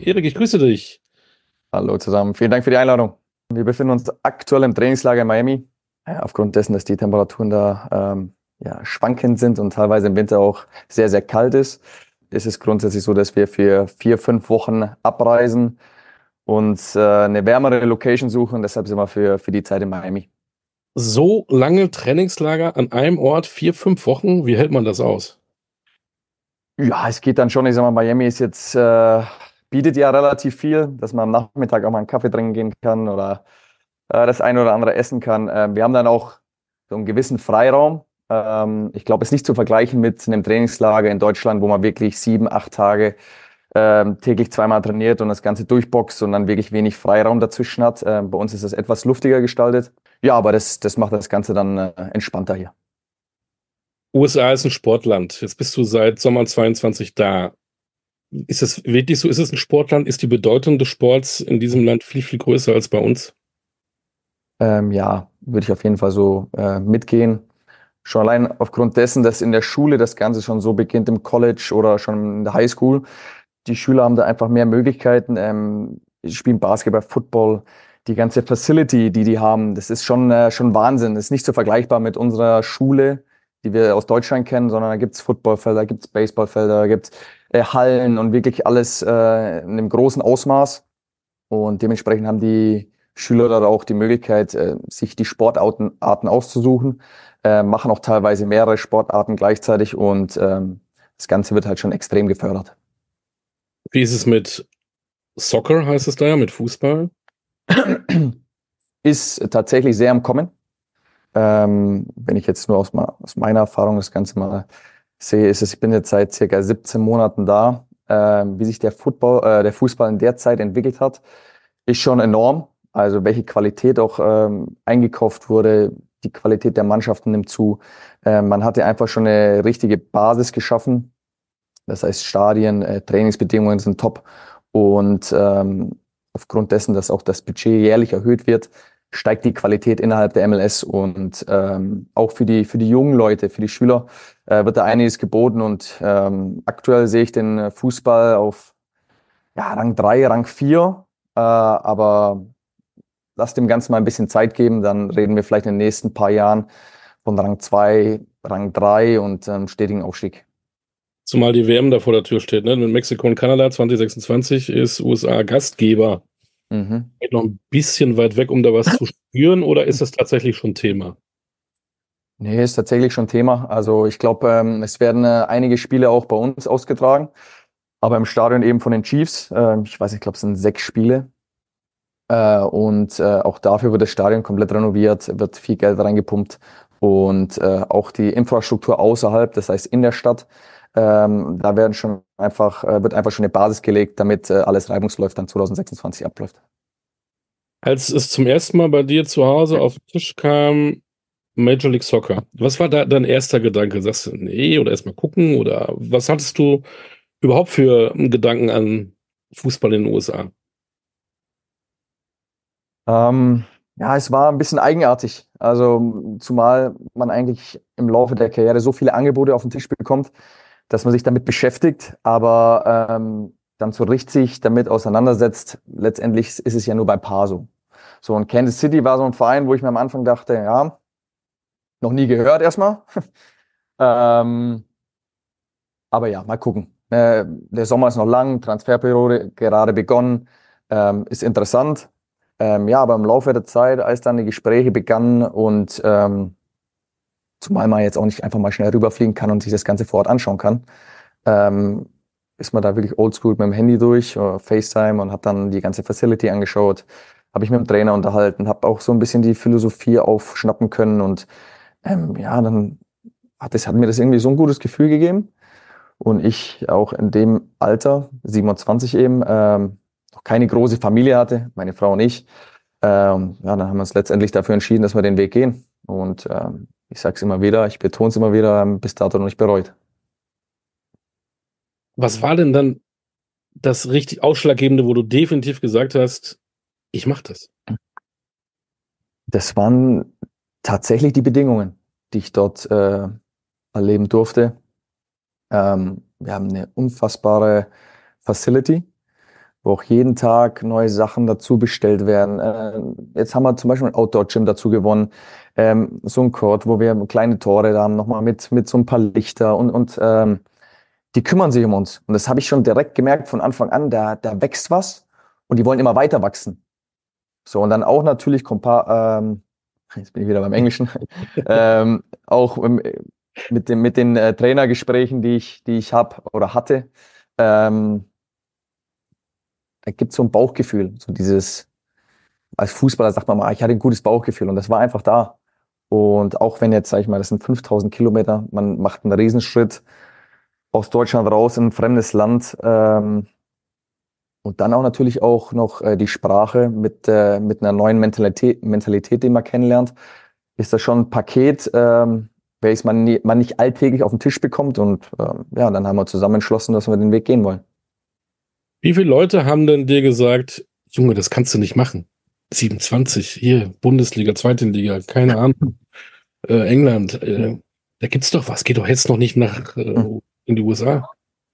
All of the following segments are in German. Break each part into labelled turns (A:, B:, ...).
A: Erik, ich grüße dich.
B: Hallo zusammen, vielen Dank für die Einladung. Wir befinden uns aktuell im Trainingslager in Miami. Aufgrund dessen, dass die Temperaturen da ja, schwankend sind und teilweise im Winter auch sehr, sehr kalt ist, ist es grundsätzlich so, dass wir für 4, 5 Wochen abreisen und eine wärmere Location suchen. Deshalb sind wir für die Zeit in Miami.
A: So lange Trainingslager an einem Ort, 4, 5 Wochen, wie hält man das aus?
B: Ja, es geht dann schon. Ich sag mal, Miami ist jetzt, bietet ja relativ viel, dass man am Nachmittag auch mal einen Kaffee trinken gehen kann oder das eine oder andere essen kann. Wir haben dann auch so einen gewissen Freiraum. Ich glaube, es ist nicht zu vergleichen mit einem Trainingslager in Deutschland, wo man wirklich 7, 8 Tage täglich zweimal trainiert und das Ganze durchboxt und dann wirklich wenig Freiraum dazwischen hat. Bei uns ist das etwas luftiger gestaltet. Ja, aber das macht das Ganze dann entspannter hier.
A: USA ist ein Sportland. Jetzt bist du seit Sommer 22 da. Ist es wirklich so? Ist es ein Sportland? Ist die Bedeutung des Sports in diesem Land viel, viel größer als bei uns?
B: Ja, würde ich auf jeden Fall so mitgehen. Schon allein aufgrund dessen, dass in der Schule das Ganze schon so beginnt, im College oder schon in der Highschool. Die Schüler haben da einfach mehr Möglichkeiten, spielen Basketball, Football, die ganze Facility, die die haben, das ist schon Wahnsinn. Das ist nicht so vergleichbar mit unserer Schule, die wir aus Deutschland kennen, sondern da gibt's Footballfelder, gibt's Baseballfelder, da gibt's Hallen und wirklich alles in einem großen Ausmaß. Und dementsprechend haben die Schüler da auch die Möglichkeit, sich die Sportarten auszusuchen, machen auch teilweise mehrere Sportarten gleichzeitig und das Ganze wird halt schon extrem gefördert.
A: Wie ist es mit Soccer, heißt es da ja, mit Fußball?
B: Ist tatsächlich sehr am Kommen. Wenn ich jetzt nur aus meiner Erfahrung das Ganze mal sehe, ist es, ich bin jetzt seit circa 17 Monaten da. Wie sich der Fußball in der Zeit entwickelt hat, ist schon enorm. Also welche Qualität auch eingekauft wurde, die Qualität der Mannschaften nimmt zu. Man hatte einfach schon eine richtige Basis geschaffen. Das heißt, Stadien, Trainingsbedingungen sind top. Und aufgrund dessen, dass auch das Budget jährlich erhöht wird, steigt die Qualität innerhalb der MLS und auch für die jungen Leute, für die Schüler wird da einiges geboten. Und aktuell sehe ich den Fußball auf ja, Rang 3, Rang 4. Aber lass dem Ganzen mal ein bisschen Zeit geben, dann reden wir vielleicht in den nächsten paar Jahren von Rang 2, Rang 3 und stetigen Aufstieg.
A: Zumal die WM da vor der Tür steht, ne? Mit Mexiko und Kanada 2026 ist USA Gastgeber.
B: Mhm.
A: Vielleicht noch ein bisschen weit weg, um da was zu spüren, oder ist das tatsächlich schon Thema?
B: Nee, ist tatsächlich schon Thema. Also ich glaube, es werden einige Spiele auch bei uns ausgetragen, aber im Stadion eben von den Chiefs. Ich weiß nicht, ich glaube, es sind 6 Spiele. Und auch dafür wird das Stadion komplett renoviert, wird viel Geld reingepumpt und auch die Infrastruktur außerhalb, das heißt in der Stadt, da wird einfach schon eine Basis gelegt, damit alles reibungsläuft dann 2026 abläuft.
A: Als es zum ersten Mal bei dir zu Hause auf den Tisch kam, Major League Soccer, was war da dein erster Gedanke? Sagst du, nee, oder erstmal gucken? Oder was hattest du überhaupt für einen Gedanken an Fußball in den USA?
B: Ja, es war ein bisschen eigenartig. Also zumal man eigentlich im Laufe der Karriere so viele Angebote auf den Tisch bekommt, dass man sich damit beschäftigt, aber dann so richtig damit auseinandersetzt. Letztendlich ist es ja nur bei Paar so. So, und Kansas City war so ein Verein, wo ich mir am Anfang dachte, ja, noch nie gehört erstmal. Ähm, aber ja, mal gucken. Der Sommer ist noch lang, Transferperiode gerade begonnen, ist interessant. Ja, aber im Laufe der Zeit, als dann die Gespräche begannen und zumal man jetzt auch nicht einfach mal schnell rüberfliegen kann und sich das Ganze vor Ort anschauen kann, ähm, ist man da wirklich oldschool mit dem Handy durch, FaceTime und hat dann die ganze Facility angeschaut, habe ich mit dem Trainer unterhalten, habe auch so ein bisschen die Philosophie aufschnappen können und ja, dann hat mir das irgendwie so ein gutes Gefühl gegeben. Und ich auch in dem Alter, 27 eben, noch keine große Familie hatte, meine Frau und ich. Ja, dann haben wir uns letztendlich dafür entschieden, dass wir den Weg gehen. Und ich sage es immer wieder, ich betone es immer wieder, bis dato noch nicht bereut.
A: Was war denn dann das richtig Ausschlaggebende, wo du definitiv gesagt hast, ich mach das?
B: Das waren tatsächlich die Bedingungen, die ich dort erleben durfte. Wir haben eine unfassbare Facility. wo auch jeden Tag neue Sachen dazu bestellt werden. Jetzt haben wir zum Beispiel ein Outdoor-Gym dazu gewonnen, so ein Court, wo wir kleine Tore da haben, nochmal mit so ein paar Lichter und die kümmern sich um uns. Und das habe ich schon direkt gemerkt von Anfang an, da wächst was und die wollen immer weiter wachsen. So, und dann auch natürlich jetzt bin ich wieder beim Englischen, auch mit den Trainergesprächen, die ich habe oder hatte, ähm, da gibt es so ein Bauchgefühl, so dieses, als Fußballer sagt man mal, ich hatte ein gutes Bauchgefühl und das war einfach da. Und auch wenn jetzt, sag ich mal, das sind 5000 Kilometer, man macht einen Riesenschritt aus Deutschland raus in ein fremdes Land, und dann auch natürlich auch noch die Sprache mit einer neuen Mentalität, die man kennenlernt, ist das schon ein Paket, welches man nicht alltäglich auf den Tisch bekommt. Und ja, dann haben wir zusammen entschlossen, dass wir den Weg gehen wollen.
A: Wie viele Leute haben denn dir gesagt, Junge, das kannst du nicht machen? 27, hier, Bundesliga, zweite Liga, keine Ahnung, England,
B: Mhm.
A: da gibt's doch was, geh doch jetzt noch nicht in die USA.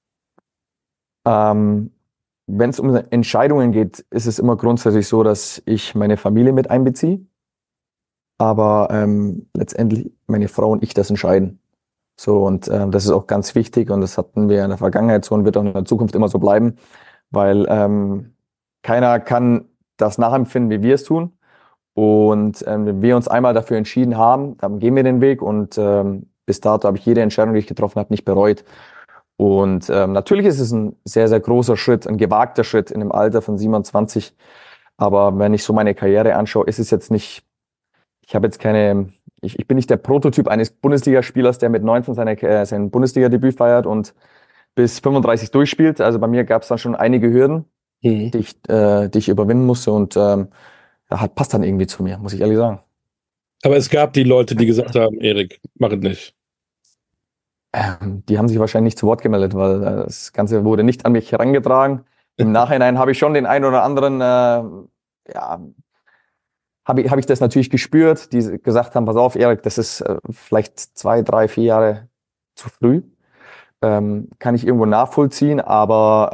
B: Ähm, Wenn es um Entscheidungen geht, ist es immer grundsätzlich so, dass ich meine Familie mit einbeziehe, aber letztendlich meine Frau und ich das entscheiden. So, und das ist auch ganz wichtig und das hatten wir in der Vergangenheit so und wird auch in der Zukunft immer so bleiben, weil keiner kann das nachempfinden, wie wir es tun. Und wenn wir uns einmal dafür entschieden haben, dann gehen wir den Weg und bis dato habe ich jede Entscheidung, die ich getroffen habe, nicht bereut. Und natürlich ist es ein sehr, sehr großer Schritt, ein gewagter Schritt in dem Alter von 27. Aber wenn ich so meine Karriere anschaue, ist es jetzt nicht, ich habe jetzt keine, ich bin nicht der Prototyp eines Bundesligaspielers, der mit 19 sein Bundesliga-Debüt feiert und bis 35 durchspielt. Also bei mir gab es dann schon einige Hürden,
A: Mhm.
B: die ich überwinden musste und passt dann irgendwie zu mir, muss ich ehrlich sagen.
A: Aber es gab die Leute, die gesagt haben, Erik, mach es nicht.
B: Die haben sich wahrscheinlich nicht zu Wort gemeldet, weil das Ganze wurde nicht an mich herangetragen. Im Nachhinein habe ich schon den einen oder anderen, ja, hab ich das natürlich gespürt, die gesagt haben, pass auf, Erik, das ist vielleicht 2, 3, 4 Jahre zu früh. Kann ich irgendwo nachvollziehen, aber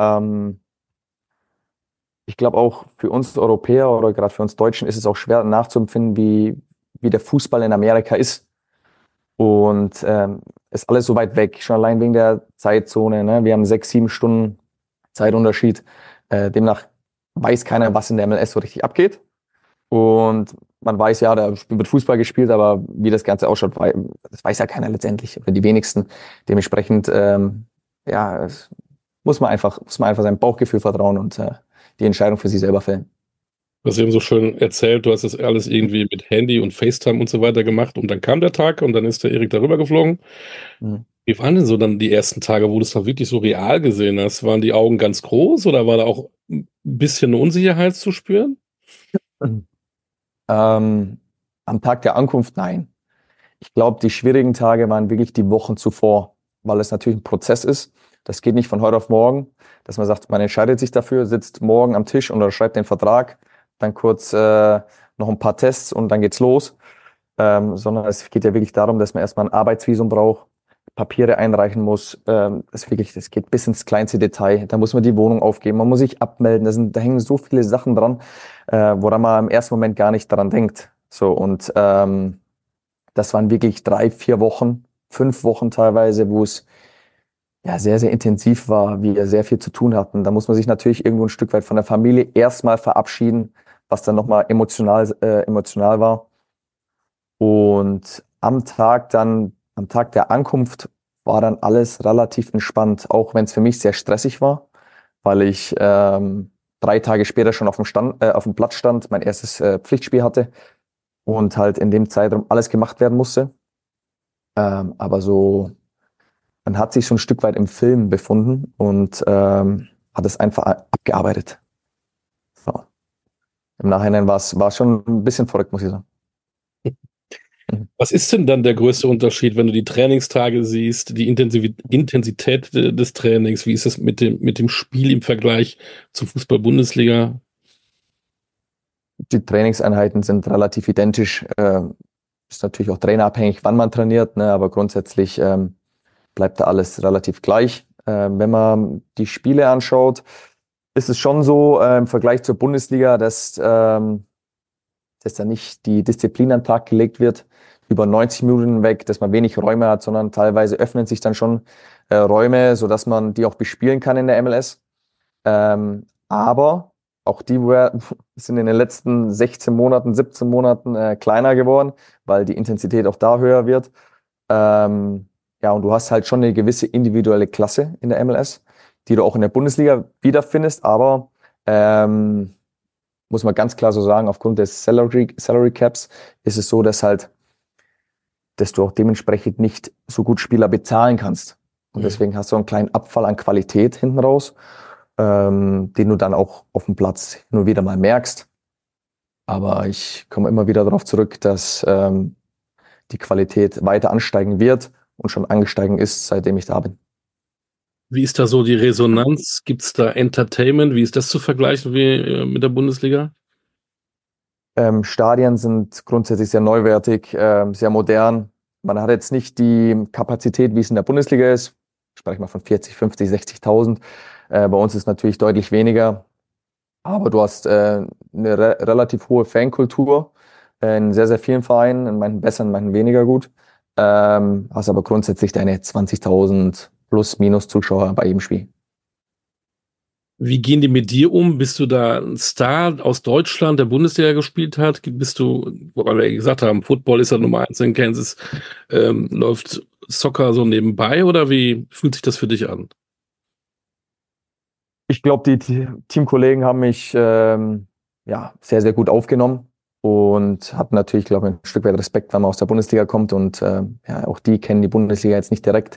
B: ich glaube auch für uns Europäer oder gerade für uns Deutschen ist es auch schwer nachzuempfinden, wie der Fußball in Amerika ist. Und ist alles so weit weg, schon allein wegen der Zeitzone. Ne? Wir haben 6, 7 Stunden Zeitunterschied. Demnach weiß keiner, was in der MLS so richtig abgeht. Und man weiß ja, da wird Fußball gespielt, aber wie das Ganze ausschaut, das weiß ja keiner letztendlich oder die wenigsten. Dementsprechend, ja, muss man einfach seinem Bauchgefühl vertrauen und die Entscheidung für sich selber fällen.
A: Du hast eben so schön erzählt, du hast das alles irgendwie mit Handy und FaceTime und so weiter gemacht und dann kam der Tag und dann ist der Erik darüber geflogen.
B: Mhm.
A: Wie waren denn so dann die ersten Tage, wo du es dann wirklich so real gesehen hast? Waren die Augen ganz groß oder war da auch ein bisschen eine Unsicherheit zu spüren?
B: Ähm, Am Tag der Ankunft, nein. Ich glaube, die schwierigen Tage waren wirklich die Wochen zuvor, weil es natürlich ein Prozess ist. Das geht nicht von heute auf morgen, dass man sagt, man entscheidet sich dafür, sitzt morgen am Tisch und unterschreibt den Vertrag, dann kurz noch ein paar Tests und dann geht's los. Sondern es geht ja wirklich darum, dass man erstmal ein Arbeitsvisum braucht, Papiere einreichen muss. Das geht bis ins kleinste Detail. Da muss man die Wohnung aufgeben, man muss sich abmelden. Da hängen so viele Sachen dran, woran man im ersten Moment gar nicht daran denkt. So und das waren wirklich 3, 4 Wochen, 5 Wochen teilweise, wo es ja sehr, sehr intensiv war, wir sehr viel zu tun hatten. Da muss man sich natürlich irgendwo ein Stück weit von der Familie erstmal verabschieden, was dann nochmal emotional war. Und am Tag der Ankunft war dann alles relativ entspannt, auch wenn es für mich sehr stressig war, weil ich 3 Tage später schon auf dem Platz stand, mein erstes Pflichtspiel hatte und halt in dem Zeitraum alles gemacht werden musste. Aber so, man hat sich so ein Stück weit im Film befunden und hat es einfach abgearbeitet. So. Im Nachhinein war es schon ein bisschen verrückt, muss ich sagen. Mhm.
A: Was ist denn dann der größte Unterschied, wenn du die Trainingstage siehst, die Intensität des Trainings? Wie ist es mit dem Spiel im Vergleich zur Fußball-Bundesliga?
B: Die Trainingseinheiten sind relativ identisch. Ist natürlich auch trainerabhängig, wann man trainiert, ne? Aber grundsätzlich bleibt da alles relativ gleich. Wenn man die Spiele anschaut, ist es schon so im Vergleich zur Bundesliga, dass da nicht die Disziplin an den Tag gelegt wird, über 90 Minuten weg, dass man wenig Räume hat, sondern teilweise öffnen sich dann schon Räume, sodass man die auch bespielen kann in der MLS. Aber auch die sind in den letzten 16 Monaten, 17 Monaten kleiner geworden, weil die Intensität auch da höher wird. Ja, und du hast halt schon eine gewisse individuelle Klasse in der MLS, die du auch in der Bundesliga wiederfindest, aber muss man ganz klar so sagen, aufgrund des Salary Caps ist es so, dass du auch dementsprechend nicht so gut Spieler bezahlen kannst. Und deswegen hast du einen kleinen Abfall an Qualität hinten raus, den du dann auch auf dem Platz nur wieder mal merkst. Aber ich komme immer wieder darauf zurück, dass die Qualität weiter ansteigen wird und schon angestiegen ist, seitdem ich da bin.
A: Wie ist da so die Resonanz? Gibt es da Entertainment? Wie ist das zu vergleichen wie mit der Bundesliga?
B: Stadien sind grundsätzlich sehr neuwertig, sehr modern. Man hat jetzt nicht die Kapazität, wie es in der Bundesliga ist. Ich spreche mal von 40, 50, 60.000. Bei uns ist es natürlich deutlich weniger. Aber du hast eine relativ hohe Fankultur in sehr, sehr vielen Vereinen, in manchen besser, in manchen weniger gut. Hast aber grundsätzlich deine 20.000 plus minus Zuschauer bei jedem Spiel.
A: Wie gehen die mit dir um? Bist du da ein Star aus Deutschland, der Bundesliga gespielt hat? Bist du, woran wir gesagt haben, Football ist ja Nummer 1 in Kansas, läuft Soccer so nebenbei oder wie fühlt sich das für dich an?
B: Ich glaube, die Teamkollegen haben mich ja, sehr, sehr gut aufgenommen und habe natürlich, glaube ich, ein Stück weit Respekt, wenn man aus der Bundesliga kommt und ja, auch die kennen die Bundesliga jetzt nicht direkt.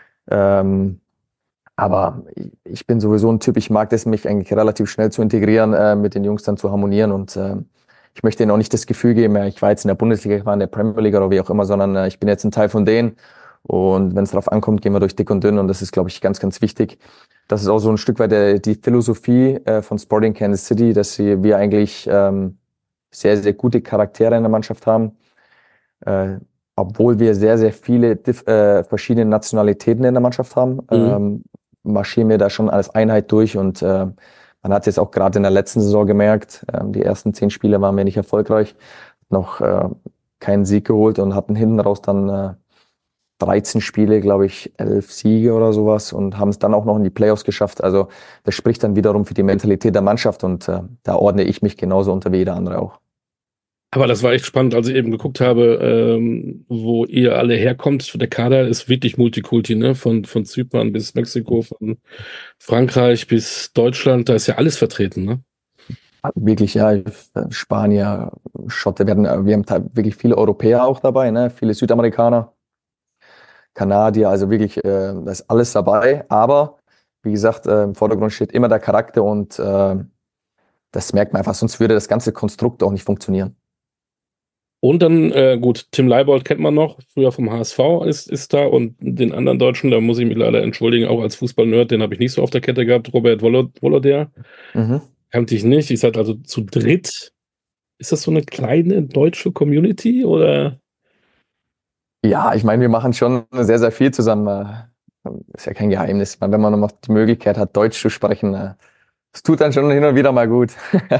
B: Aber ich bin sowieso ein Typ, ich mag es, mich eigentlich relativ schnell zu integrieren, mit den Jungs dann zu harmonieren und ich möchte ihnen auch nicht das Gefühl geben, ich war jetzt in der Bundesliga, ich war in der Premier League oder wie auch immer, sondern ich bin jetzt ein Teil von denen und wenn es darauf ankommt, gehen wir durch dick und dünn und das ist, glaube ich, ganz, ganz wichtig. Das ist auch so ein Stück weit die Philosophie von Sporting Kansas City, dass wir eigentlich sehr, sehr gute Charaktere in der Mannschaft haben. Obwohl wir sehr, sehr viele verschiedene Nationalitäten in der Mannschaft haben, marschieren wir da schon als Einheit durch und man hat es jetzt auch gerade in der letzten Saison gemerkt, die ersten 10 Spiele waren wir nicht erfolgreich, noch keinen Sieg geholt und hatten hinten raus dann 13 Spiele, glaube ich, 11 Siege oder sowas und haben es dann auch noch in die Playoffs geschafft. Also das spricht dann wiederum für die Mentalität der Mannschaft und da ordne ich mich genauso unter wie jeder andere auch.
A: Aber das war echt spannend, als ich eben geguckt habe, wo ihr alle herkommt. Der Kader ist wirklich Multikulti, ne? Von Zypern bis Mexiko, von Frankreich bis Deutschland, da ist ja alles vertreten, ne?
B: Also wirklich, ja, Spanier, Schotte, wir haben wirklich viele Europäer auch dabei, ne? Viele Südamerikaner, Kanadier, also wirklich, da ist alles dabei. Aber wie gesagt, im Vordergrund steht immer der Charakter und das merkt man einfach, sonst würde das ganze Konstrukt auch nicht funktionieren.
A: Und dann, gut, Tim Leibold kennt man noch, früher vom HSV ist da und den anderen Deutschen, da muss ich mich leider entschuldigen, auch als Fußball-Nerd, den habe ich nicht so auf der Kette gehabt, Robert Woloder, kannte ich nicht. Ihr seid also zu dritt. Ist das so eine kleine deutsche Community oder?
B: Ja, ich meine, wir machen schon sehr, sehr viel zusammen. Ist ja kein Geheimnis. Ich meine, wenn man noch die Möglichkeit hat, Deutsch zu sprechen, das tut dann schon hin und wieder mal gut.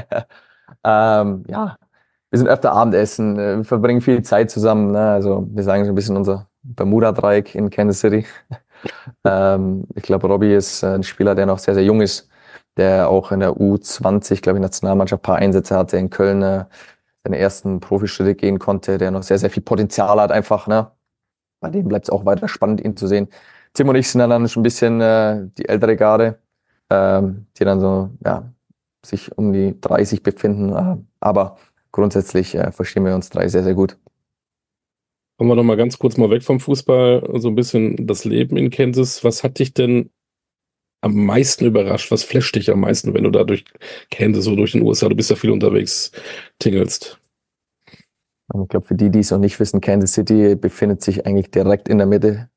B: Ja, wir sind öfter Abendessen, wir verbringen viel Zeit zusammen. Ne? Also wir sagen so ein bisschen unser Bermuda-Dreieck in Kansas City. Ich glaube, Robbie ist ein Spieler, der noch sehr, sehr jung ist, der auch in der U20, glaube ich, Nationalmannschaft ein paar Einsätze hatte, in Köln seine ersten Profischritte gehen konnte, der noch sehr, sehr viel Potenzial hat einfach. Ne? Bei dem bleibt es auch weiter spannend, ihn zu sehen. Tim und ich sind dann schon ein bisschen die ältere Garde, die dann so ja, sich um die 30 befinden. Aber grundsätzlich verstehen wir uns drei sehr, sehr gut.
A: Kommen wir noch mal ganz kurz mal weg vom Fußball, so ein bisschen das Leben in Kansas. Was hat dich denn am meisten überrascht? Was flasht dich am meisten, wenn du da durch Kansas, so durch den USA, du bist ja viel unterwegs, tingelst?
B: Und ich glaube, für die, die es noch nicht wissen, Kansas City befindet sich eigentlich direkt in der Mitte.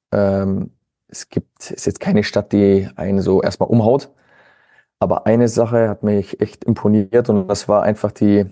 B: Ist jetzt keine Stadt, die einen so erstmal umhaut. Aber eine Sache hat mich echt imponiert und das war einfach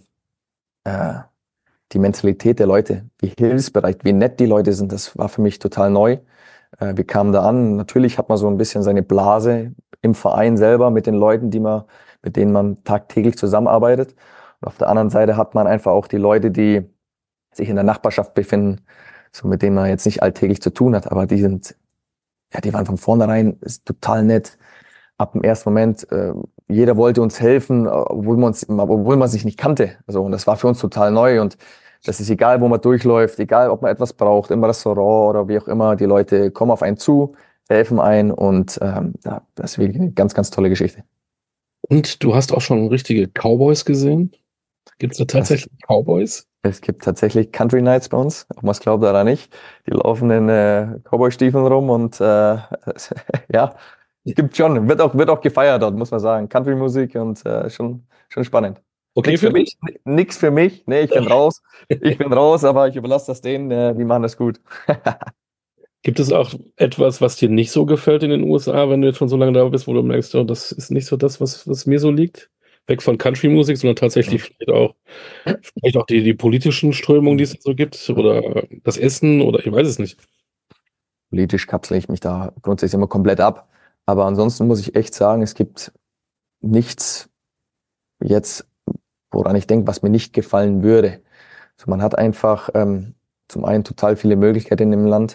B: die Mentalität der Leute, wie hilfsbereit, wie nett die Leute sind. Das war für mich total neu. Wir kamen da an. Natürlich hat man so ein bisschen seine Blase im Verein selber mit den Leuten, mit denen man tagtäglich zusammenarbeitet. Und auf der anderen Seite hat man einfach auch die Leute, die sich in der Nachbarschaft befinden, so mit denen man jetzt nicht alltäglich zu tun hat, aber die waren von vornherein ist total nett. Ab dem ersten Moment, jeder wollte uns helfen, obwohl man sich nicht kannte. Also, und das war für uns total neu. Und das ist egal, wo man durchläuft, egal, ob man etwas braucht, im Restaurant oder wie auch immer. Die Leute kommen auf einen zu, helfen einen und das ist wirklich eine ganz, ganz tolle Geschichte.
A: Und du hast auch schon richtige Cowboys gesehen? Gibt es da tatsächlich Cowboys?
B: Es gibt tatsächlich Country Nights bei uns, ob man es glaubt oder nicht. Die laufen in Cowboy-Stiefeln rum und ja, gibt schon, wird auch gefeiert dort, muss man sagen. Country-Musik und schon spannend.
A: Okay,
B: Nix für mich. Nee, ich bin raus. Ich bin raus, aber ich überlasse das denen, die machen das gut.
A: Gibt es auch etwas, was dir nicht so gefällt in den USA, wenn du jetzt schon so lange da bist, wo du merkst, oh, das ist nicht so das, was mir so liegt? Weg von Country-Musik, sondern tatsächlich vielleicht auch die politischen Strömungen, die es so gibt, oder das Essen, oder ich weiß es nicht.
B: Politisch kapsle ich mich da grundsätzlich immer komplett ab. Aber ansonsten muss ich echt sagen, es gibt nichts jetzt, woran ich denke, was mir nicht gefallen würde. Also man hat einfach zum einen total viele Möglichkeiten in dem Land,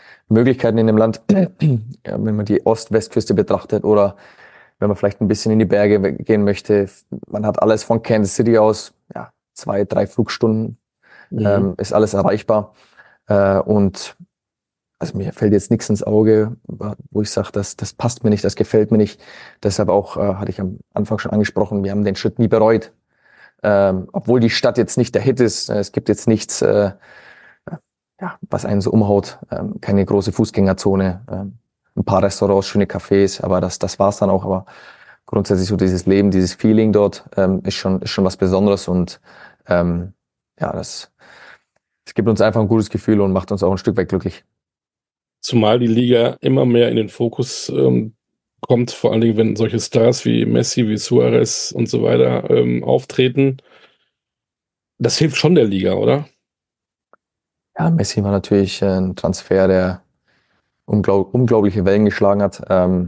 B: ja, wenn man die Ost-West-Küste betrachtet oder wenn man vielleicht ein bisschen in die Berge gehen möchte. Man hat alles von Kansas City aus, ja, 2, 3 Flugstunden, ist alles erreichbar. Und also mir fällt jetzt nichts ins Auge, wo ich sage, das passt mir nicht, das gefällt mir nicht. Deshalb auch, hatte ich am Anfang schon angesprochen, wir haben den Schritt nie bereut. Obwohl die Stadt jetzt nicht der Hit ist, es gibt jetzt nichts, ja, was einen so umhaut, keine große Fußgängerzone, ein paar Restaurants, schöne Cafés, aber das war's dann auch. Aber grundsätzlich so dieses Leben, dieses Feeling dort ist schon was Besonderes und ja, es gibt uns einfach ein gutes Gefühl und macht uns auch ein Stück weit glücklich.
A: Zumal die Liga immer mehr in den Fokus kommt, vor allen Dingen, wenn solche Stars wie Messi, wie Suarez und so weiter auftreten. Das hilft schon der Liga, oder?
B: Ja, Messi war natürlich ein Transfer, der unglaubliche Wellen geschlagen hat.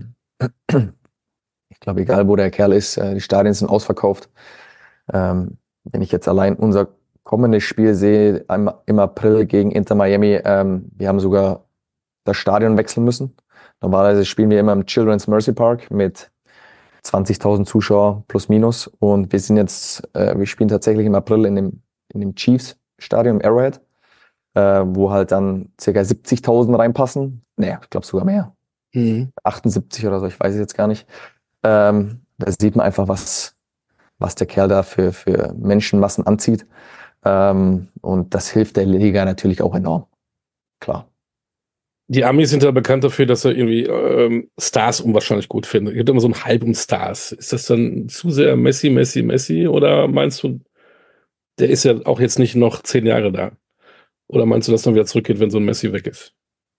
B: Ich glaube, egal wo der Kerl ist, die Stadien sind ausverkauft. Wenn ich jetzt allein unser kommendes Spiel sehe, im April gegen Inter Miami, wir haben sogar das Stadion wechseln müssen. Normalerweise spielen wir immer im Children's Mercy Park mit 20.000 Zuschauer plus minus. Und wir spielen tatsächlich im April in dem Chiefs Stadion im Arrowhead, wo halt dann ca. 70.000 reinpassen. Naja, ich glaube sogar mehr. 78 oder so, ich weiß es jetzt gar nicht. Da sieht man einfach, was der Kerl da für Menschenmassen anzieht. Und das hilft der Liga natürlich auch enorm. Klar.
A: Die Amis sind ja bekannt dafür, dass sie irgendwie Stars unwahrscheinlich gut finden. Es gibt immer so einen Hype um Stars. Ist das dann zu sehr Messi, Messi, Messi? Oder meinst du, der ist ja auch jetzt nicht noch 10 Jahre da? Oder meinst du, dass dann wieder zurückgeht, wenn so ein Messi weg ist?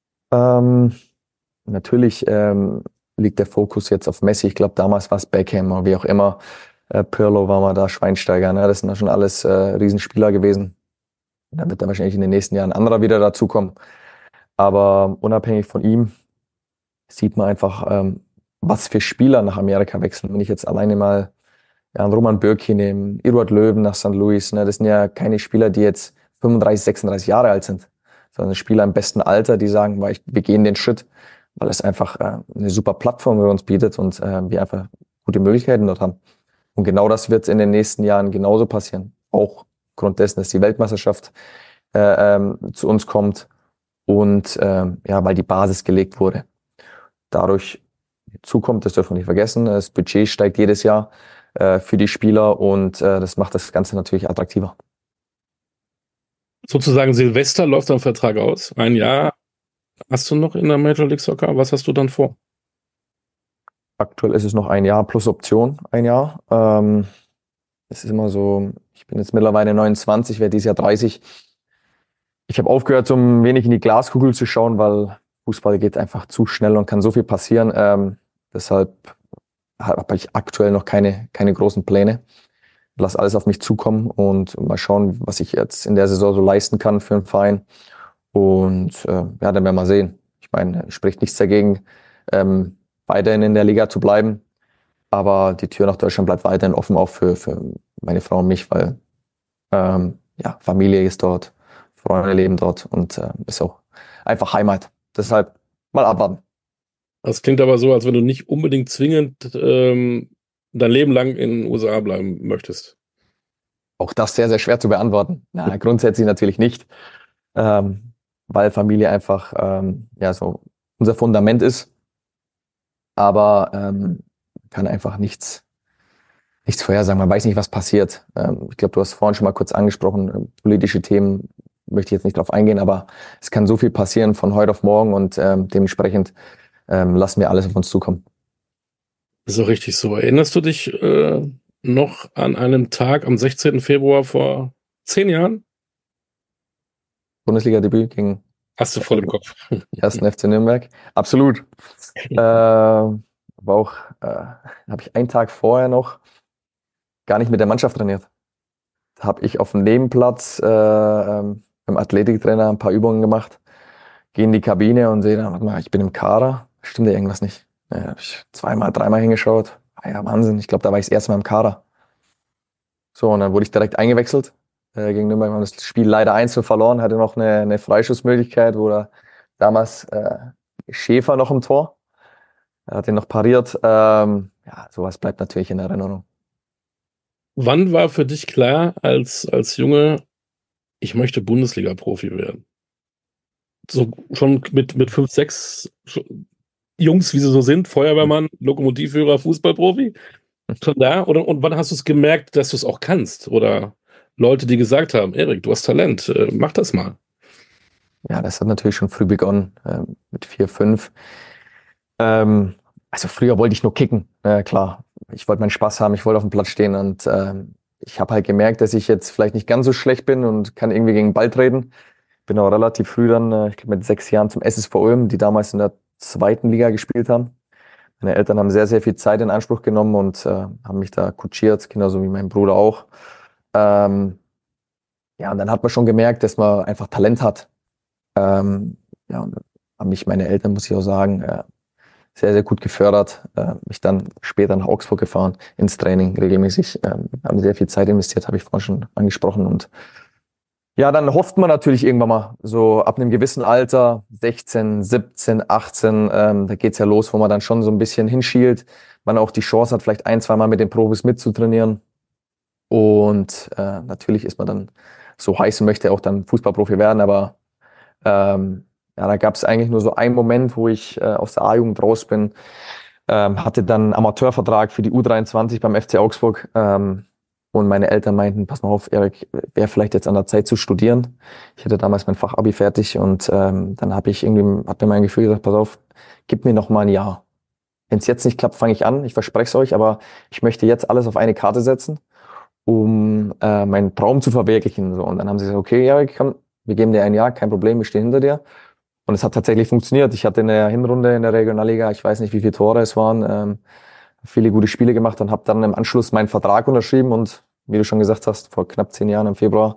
B: Natürlich liegt der Fokus jetzt auf Messi. Ich glaube, damals war es Beckham oder wie auch immer. Pirlo war mal da, Schweinsteiger. Ne? Das sind ja schon alles Riesenspieler gewesen. Da wird dann wahrscheinlich in den nächsten Jahren ein anderer wieder dazukommen. Aber unabhängig von ihm sieht man einfach, was für Spieler nach Amerika wechseln. Wenn ich jetzt alleine mal einen Roman Bürki nehme, Eduard Löwen nach St. Louis, ne, das sind ja keine Spieler, die jetzt 35, 36 Jahre alt sind, sondern Spieler im besten Alter, die sagen, wir gehen den Schritt, weil es einfach eine super Plattform für uns bietet und wir einfach gute Möglichkeiten dort haben. Und genau das wird in den nächsten Jahren genauso passieren. Auch aufgrund dessen, dass die Weltmeisterschaft zu uns kommt. Und ja, weil die Basis gelegt wurde. Dadurch zukommt, das dürfen wir nicht vergessen, das Budget steigt jedes Jahr für die Spieler und das macht das Ganze natürlich attraktiver.
A: Sozusagen Silvester läuft dein Vertrag aus. Ein Jahr hast du noch in der Major League Soccer. Was hast du dann vor?
B: Aktuell ist es noch ein Jahr plus Option, ein Jahr. Es ist immer so, ich bin jetzt mittlerweile 29, werde dieses Jahr 30. Ich habe aufgehört, so ein wenig in die Glaskugel zu schauen, weil Fußball geht einfach zu schnell und kann so viel passieren. Deshalb habe ich aktuell noch keine großen Pläne. Lass alles auf mich zukommen und mal schauen, was ich jetzt in der Saison so leisten kann für einen Verein. Und ja, dann werden wir mal sehen. Ich meine, spricht nichts dagegen, weiterhin in der Liga zu bleiben. Aber die Tür nach Deutschland bleibt weiterhin offen, auch für meine Frau und mich, weil ja, Familie ist dort, Freunde leben dort und ist auch einfach Heimat. Deshalb mal abwarten.
A: Das klingt aber so, als wenn du nicht unbedingt zwingend dein Leben lang in den USA bleiben möchtest.
B: Auch das sehr, sehr schwer zu beantworten. Na, grundsätzlich natürlich nicht, ähm, weil Familie einfach ja so unser Fundament ist. Aber kann einfach nichts vorhersagen. Man weiß nicht, was passiert. Ich glaube, du hast vorhin schon mal kurz angesprochen, politische Themen möchte ich jetzt nicht drauf eingehen, aber es kann so viel passieren von heute auf morgen und dementsprechend lassen wir alles auf uns zukommen.
A: Das ist auch richtig so. Erinnerst du dich noch an einen Tag am 16. Februar vor 10 Jahren?
B: Bundesliga-Debüt gegen
A: Hast du voll im Kopf.
B: ersten FC Nürnberg. Absolut. Aber auch habe ich einen Tag vorher noch gar nicht mit der Mannschaft trainiert. Da habe ich auf dem Nebenplatz beim Athletiktrainer ein paar Übungen gemacht, gehe in die Kabine und sehe dann, warte mal, ich bin im Kader. Stimmt ja irgendwas nicht. Ja, habe ich zweimal, dreimal hingeschaut. Ah ja, Wahnsinn. Ich glaube, da war ich das erste Mal im Kader. So, und dann wurde ich direkt eingewechselt. Gegen Nürnberg haben wir das Spiel leider 1-0 verloren, hatte noch eine Freischussmöglichkeit, wo da damals Schäfer noch im Tor. Er hat ihn noch pariert. Ja, sowas bleibt natürlich in Erinnerung.
A: Wann war für dich klar, als Junge, ich möchte Bundesliga-Profi werden? So schon mit 5, 6 Jungs, wie sie so sind, Feuerwehrmann, Lokomotivführer, Fußballprofi, schon da? Oder und wann hast du es gemerkt, dass du es auch kannst? Oder Leute, die gesagt haben, Erik, du hast Talent, mach das mal.
B: Ja, das hat natürlich schon früh begonnen, mit 4, 5. Also früher wollte ich nur kicken, klar. Ich wollte meinen Spaß haben, ich wollte auf dem Platz stehen und ich habe halt gemerkt, dass ich jetzt vielleicht nicht ganz so schlecht bin und kann irgendwie gegen den Ball treten. Bin auch relativ früh dann, ich glaube mit 6 Jahren zum SSV Ulm, die damals in der zweiten Liga gespielt haben. Meine Eltern haben sehr, sehr viel Zeit in Anspruch genommen und haben mich da kutschiert, genauso wie mein Bruder auch. Ähm, ja, und dann hat man schon gemerkt, dass man einfach Talent hat. Ja, und haben mich meine Eltern, muss ich auch sagen, sehr, sehr gut gefördert. Mich dann später nach Augsburg gefahren, ins Training regelmäßig. Haben sehr viel Zeit investiert, habe ich vorhin schon angesprochen. Und ja, dann hofft man natürlich irgendwann mal, so ab einem gewissen Alter, 16, 17, 18, da geht's ja los, wo man dann schon so ein bisschen hinschielt. Man auch die Chance hat, vielleicht ein, zwei Mal mit den Profis mitzutrainieren. Und natürlich ist man dann so heiß und möchte auch dann Fußballprofi werden, aber ja, da gab es eigentlich nur so einen Moment, wo ich aus der A-Jugend raus bin, hatte dann einen Amateurvertrag für die U23 beim FC Augsburg. Und meine Eltern meinten, pass mal auf, Erik, wäre vielleicht jetzt an der Zeit zu studieren. Ich hatte damals mein Fachabi fertig und dann hat mir mein Gefühl gesagt, pass auf, gib mir noch mal ein Jahr. Wenn es jetzt nicht klappt, fange ich an. Ich verspreche es euch, aber ich möchte jetzt alles auf eine Karte setzen, um meinen Traum zu verwirklichen. So. Und dann haben sie gesagt, okay, Erik, komm, wir geben dir ein Jahr, kein Problem, wir stehen hinter dir. Und es hat tatsächlich funktioniert. Ich hatte in der Hinrunde in der Regionalliga, ich weiß nicht, wie viele Tore es waren, viele gute Spiele gemacht und habe dann im Anschluss meinen Vertrag unterschrieben und wie du schon gesagt hast, vor knapp 10 Jahren im Februar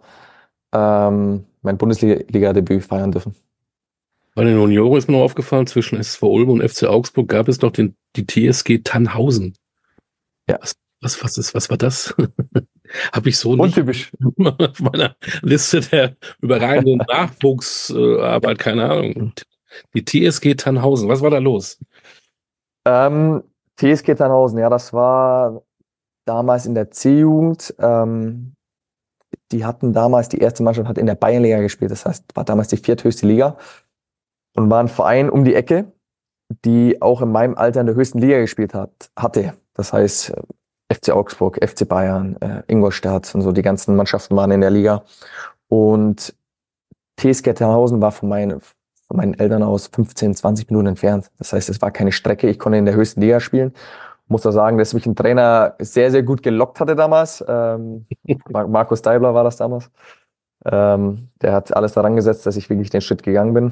B: mein Bundesliga-Debüt feiern dürfen.
A: Bei den Junioren ist mir noch aufgefallen, zwischen SV Ulm und FC Augsburg gab es noch die TSG Tannhausen.
B: Ja,
A: Was war das? Habe ich so nicht
B: untypisch.
A: auf meiner Liste der überragenden Nachwuchsarbeit, keine Ahnung. Die TSG Tannhausen, was war da los?
B: Ähm, TSG Tannhausen, ja, das war damals in der C-Jugend. Die hatten damals, die erste Mannschaft hat in der Bayernliga gespielt, das heißt, war damals die vierthöchste Liga und war ein Verein um die Ecke, die auch in meinem Alter in der höchsten Liga gespielt hatte. Das heißt, FC Augsburg, FC Bayern, Ingolstadt und so, die ganzen Mannschaften waren in der Liga. Und TSG Tannhausen war von meinen Eltern aus 15, 20 Minuten entfernt. Das heißt, es war keine Strecke. Ich konnte in der höchsten Liga spielen. Muss auch sagen, dass mich ein Trainer sehr, sehr gut gelockt hatte damals. Markus Deibler war das damals. Der hat alles daran gesetzt, dass ich wirklich den Schritt gegangen bin.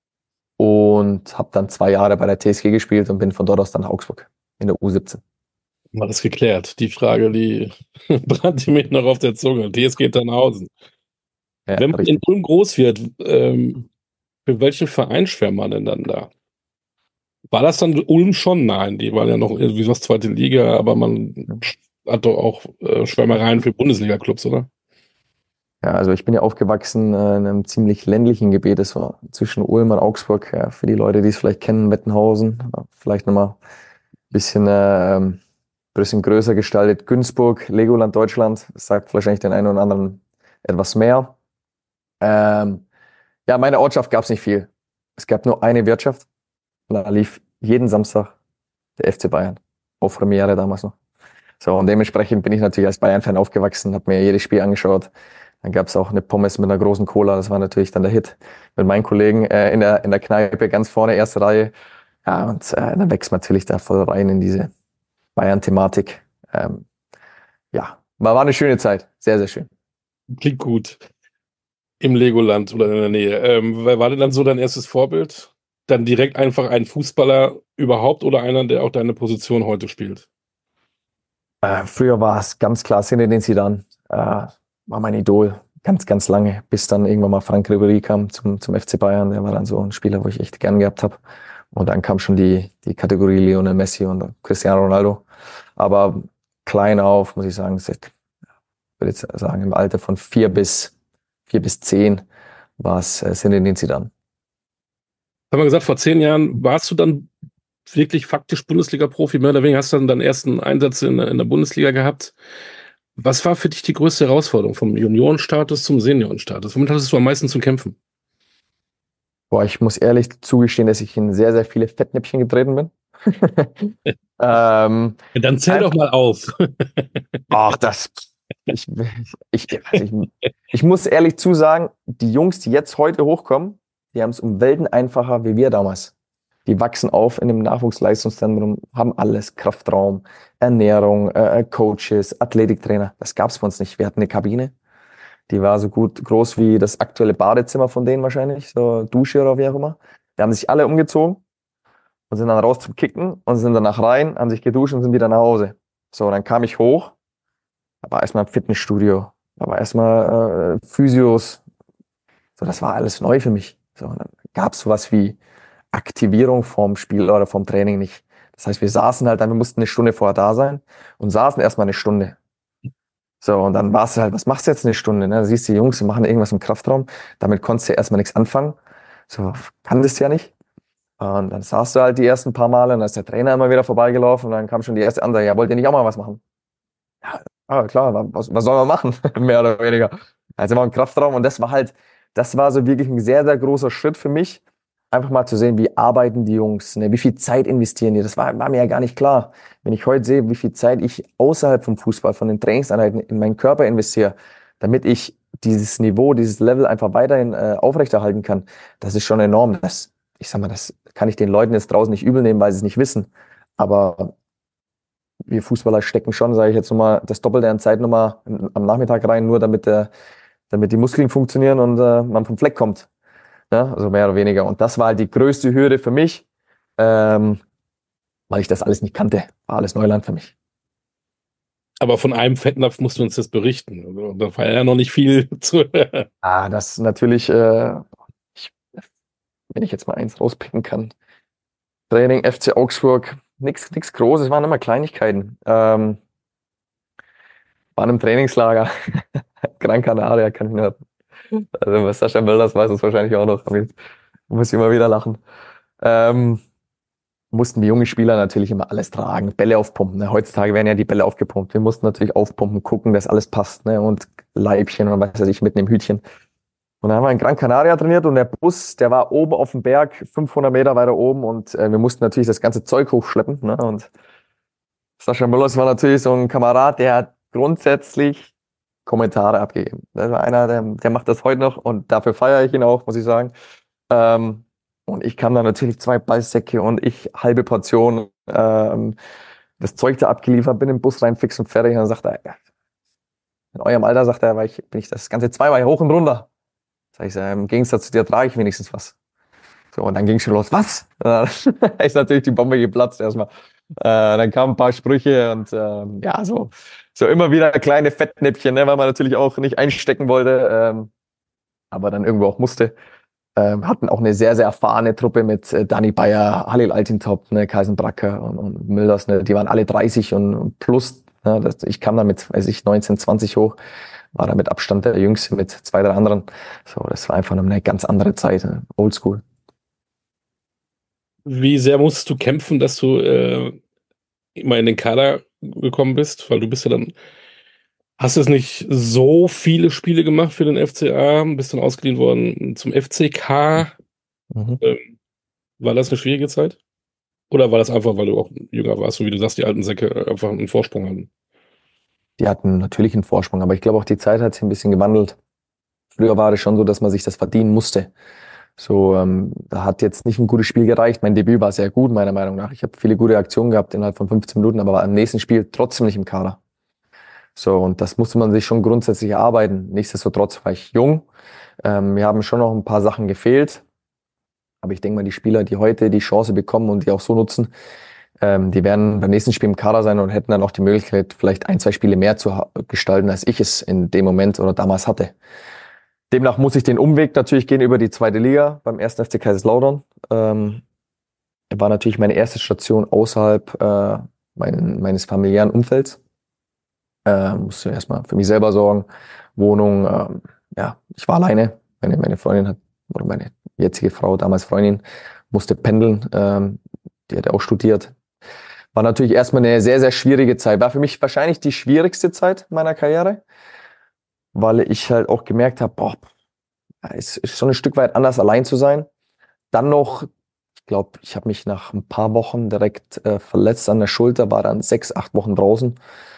B: Und habe dann 2 Jahre bei der TSG gespielt und bin von dort aus dann nach Augsburg in der U17.
A: Mal das geklärt. Die Frage, die brannte mir noch auf der Zunge. TSG Tannhausen.
B: Ja,
A: Wenn man in
B: richtig.
A: Ulm groß wird, für welchen Verein schwärmt man denn dann da? War das dann Ulm schon? Nein, die waren ja noch irgendwie was zweite Liga, aber man hat doch auch Schwärmereien für Bundesliga-Clubs, oder?
B: Ja, also ich bin ja aufgewachsen in einem ziemlich ländlichen Gebiet. Das war zwischen Ulm und Augsburg. Ja, für die Leute, die es vielleicht kennen, Mettenhausen. Ja, vielleicht nochmal ein bisschen größer gestaltet. Günzburg, Legoland Deutschland. Das sagt wahrscheinlich den einen oder anderen etwas mehr. Ähm, ja, meine Ortschaft gab es nicht viel. Es gab nur eine Wirtschaft. Und da lief jeden Samstag der FC Bayern. Auf Premiere damals noch. So, und dementsprechend bin ich natürlich als Bayern-Fan aufgewachsen, habe mir jedes Spiel angeschaut. Dann gab es auch eine Pommes mit einer großen Cola, das war natürlich dann der Hit. Mit meinen Kollegen in der Kneipe ganz vorne, erste Reihe. Ja, und dann wächst man natürlich da voll rein in diese Bayern-Thematik. Ähm, ja, war eine schöne Zeit, sehr, sehr schön.
A: Klingt gut. Im Legoland oder in der Nähe. Wer war denn dann so dein erstes Vorbild? Dann direkt einfach ein Fußballer überhaupt oder einer, der auch deine Position heute spielt?
B: Früher war es ganz klar Zinedine Zidane, war mein Idol, ganz, ganz lange, bis dann irgendwann mal Franck Ribéry kam zum FC Bayern. Der war dann so ein Spieler, wo ich echt gern gehabt habe. Und dann kam schon die Kategorie Lionel Messi und Cristiano Ronaldo. Aber klein auf, muss ich sagen, ich würde jetzt sagen, im Alter von 4 bis 10 war es Zinedine Zidane.
A: Haben wir gesagt, vor 10 Jahren warst du dann wirklich faktisch Bundesliga-Profi, mehr oder weniger hast du dann deinen ersten Einsatz in der Bundesliga gehabt. Was war für dich die größte Herausforderung vom Juniorenstatus zum Seniorenstatus? Womit hattest du am meisten zu kämpfen?
B: Boah, ich muss ehrlich zugestehen, dass ich in sehr, sehr viele Fettnäpfchen getreten bin. ähm,
A: Dann zähl doch
B: einfach,
A: mal auf.
B: ach, ich, ich muss ehrlich zusagen, die Jungs, die jetzt heute hochkommen, die haben es um Welten einfacher wie wir damals. Die wachsen auf in dem Nachwuchsleistungszentrum, haben alles, Kraftraum, Ernährung, Coaches, Athletiktrainer. Das gab es bei uns nicht. Wir hatten eine Kabine, die war so gut groß wie das aktuelle Badezimmer von denen wahrscheinlich, so Dusche oder wie auch immer. Die haben sich alle umgezogen und sind dann raus zum Kicken und sind danach rein, haben sich geduscht und sind wieder nach Hause. So, dann kam ich hoch, da war erstmal im Fitnessstudio, da war erstmal Physios. So, das war alles neu für mich. So, und dann gab es sowas wie Aktivierung vom Spiel oder vom Training nicht. Das heißt, wir saßen halt dann, wir mussten eine Stunde vorher da sein und saßen erstmal eine Stunde. So, und dann warst du halt, was machst du jetzt eine Stunde? Ne? Da siehst du die Jungs, die machen irgendwas im Kraftraum. Damit konntest du ja erstmal nichts anfangen. So, kanntest du ja nicht. Und dann saßt du halt die ersten paar Male und dann ist der Trainer immer wieder vorbeigelaufen und dann kam schon die erste Ansage, ja, wollt ihr nicht auch mal was machen? Ja, klar, was soll man machen? Mehr oder weniger. Also immer im Kraftraum und das war so wirklich ein sehr, sehr großer Schritt für mich. Einfach mal zu sehen, wie arbeiten die Jungs, ne? Wie viel Zeit investieren die? Das war mir ja gar nicht klar. Wenn ich heute sehe, wie viel Zeit ich außerhalb vom Fußball, von den Trainingseinheiten in meinen Körper investiere, damit ich dieses Niveau, dieses Level einfach weiterhin aufrechterhalten kann, das ist schon enorm. Ich sag mal, das kann ich den Leuten jetzt draußen nicht übel nehmen, weil sie es nicht wissen. Aber wir Fußballer stecken schon, sage ich jetzt nochmal, das Doppelte an Zeit nochmal am Nachmittag rein, nur damit die Muskeln funktionieren und man vom Fleck kommt. Ja, also mehr oder weniger. Und das war halt die größte Hürde für mich, ähm, weil ich das alles nicht kannte. War alles Neuland für mich.
A: Aber von einem Fettnapf musst du uns das berichten. Also, da war ja noch nicht viel zu.
B: Das natürlich, ich, wenn ich jetzt mal eins rauspicken kann. Training FC Augsburg, nichts Großes, waren immer Kleinigkeiten. Waren im Trainingslager, Gran Canaria, kann ich nur. Also Sascha Mölders weiß es wahrscheinlich auch noch, aber jetzt muss ich immer wieder lachen. Ähm, mussten die jungen Spieler natürlich immer alles tragen, Bälle aufpumpen. Ne? Heutzutage werden ja die Bälle aufgepumpt. Wir mussten natürlich aufpumpen, gucken, dass alles passt, ne? Und Leibchen und was weiß ich, mit einem Hütchen. Und dann haben wir in Gran Canaria trainiert und der Bus, der war oben auf dem Berg, 500 Meter weiter oben und wir mussten natürlich das ganze Zeug hochschleppen. Ne? Und Sascha Möllers war natürlich so ein Kamerad, der hat grundsätzlich Kommentare abgegeben. Das war einer, der macht das heute noch und dafür feiere ich ihn auch, muss ich sagen. Ähm, und ich kam dann natürlich 2 Ballsäcke und ich halbe Portion das Zeug da abgeliefert, bin im Bus rein, fix und fertig. Und dann sagt er, ja, in eurem Alter, sagt er, bin ich das ganze zweimal hoch und runter. Sag ich, im Gegensatz zu dir trage ich wenigstens was. So, und dann ging es schon los. Was? Dann ist natürlich die Bombe geplatzt erstmal. Dann kamen ein paar Sprüche und ja, so immer wieder kleine Fettnäpfchen, ne, weil man natürlich auch nicht einstecken wollte, aber dann irgendwo auch musste. Hatten auch eine sehr, sehr erfahrene Truppe mit Dani Bayer, Halil Altintop, ne, Kaisen Bracker und Mülders. Ne, die waren alle 30 und plus. Ne, ich kam da mit, weiß ich, 19, 20 hoch, war da mit Abstand der Jüngste mit zwei, drei anderen. So, das war einfach eine ganz andere Zeit, ne? Oldschool.
A: Wie sehr musstest du kämpfen, dass du immer in den Kader gekommen bist? Weil du bist ja dann, hast jetzt nicht so viele Spiele gemacht für den FCA, bist dann ausgeliehen worden zum FCK.
B: Mhm.
A: Ähm, War das eine schwierige Zeit? Oder war das einfach, weil du auch jünger warst, so wie du sagst, die alten Säcke einfach einen Vorsprung hatten?
B: Die hatten natürlich einen Vorsprung, aber ich glaube auch die Zeit hat sich ein bisschen gewandelt. Früher war es schon so, dass man sich das verdienen musste. So, da hat jetzt nicht ein gutes Spiel gereicht. Mein Debüt war sehr gut, meiner Meinung nach. Ich habe viele gute Aktionen gehabt innerhalb von 15 Minuten, aber war im nächsten Spiel trotzdem nicht im Kader. So, und das musste man sich schon grundsätzlich erarbeiten. Nichtsdestotrotz war ich jung. Mir haben schon noch ein paar Sachen gefehlt. Aber ich denke mal, die Spieler, die heute die Chance bekommen und die auch so nutzen, die werden beim nächsten Spiel im Kader sein und hätten dann auch die Möglichkeit, vielleicht ein, zwei Spiele mehr zu gestalten, als ich es in dem Moment oder damals hatte. Demnach muss ich den Umweg natürlich gehen über die zweite Liga beim 1. FC Kaiserslautern. War natürlich meine erste Station außerhalb meines familiären Umfelds. Musste erstmal für mich selber sorgen. Wohnung, ja, ich war alleine. Meine Freundin hat, oder meine jetzige Frau, damals Freundin, musste pendeln. Die hat auch studiert. War natürlich erstmal eine sehr, sehr schwierige Zeit. War für mich wahrscheinlich die schwierigste Zeit meiner Karriere, weil ich halt auch gemerkt habe, boah, es ist schon ein Stück weit anders, allein zu sein. Dann noch, ich glaube, ich habe mich nach ein paar Wochen direkt verletzt an der Schulter, war dann 6, 8 Wochen draußen.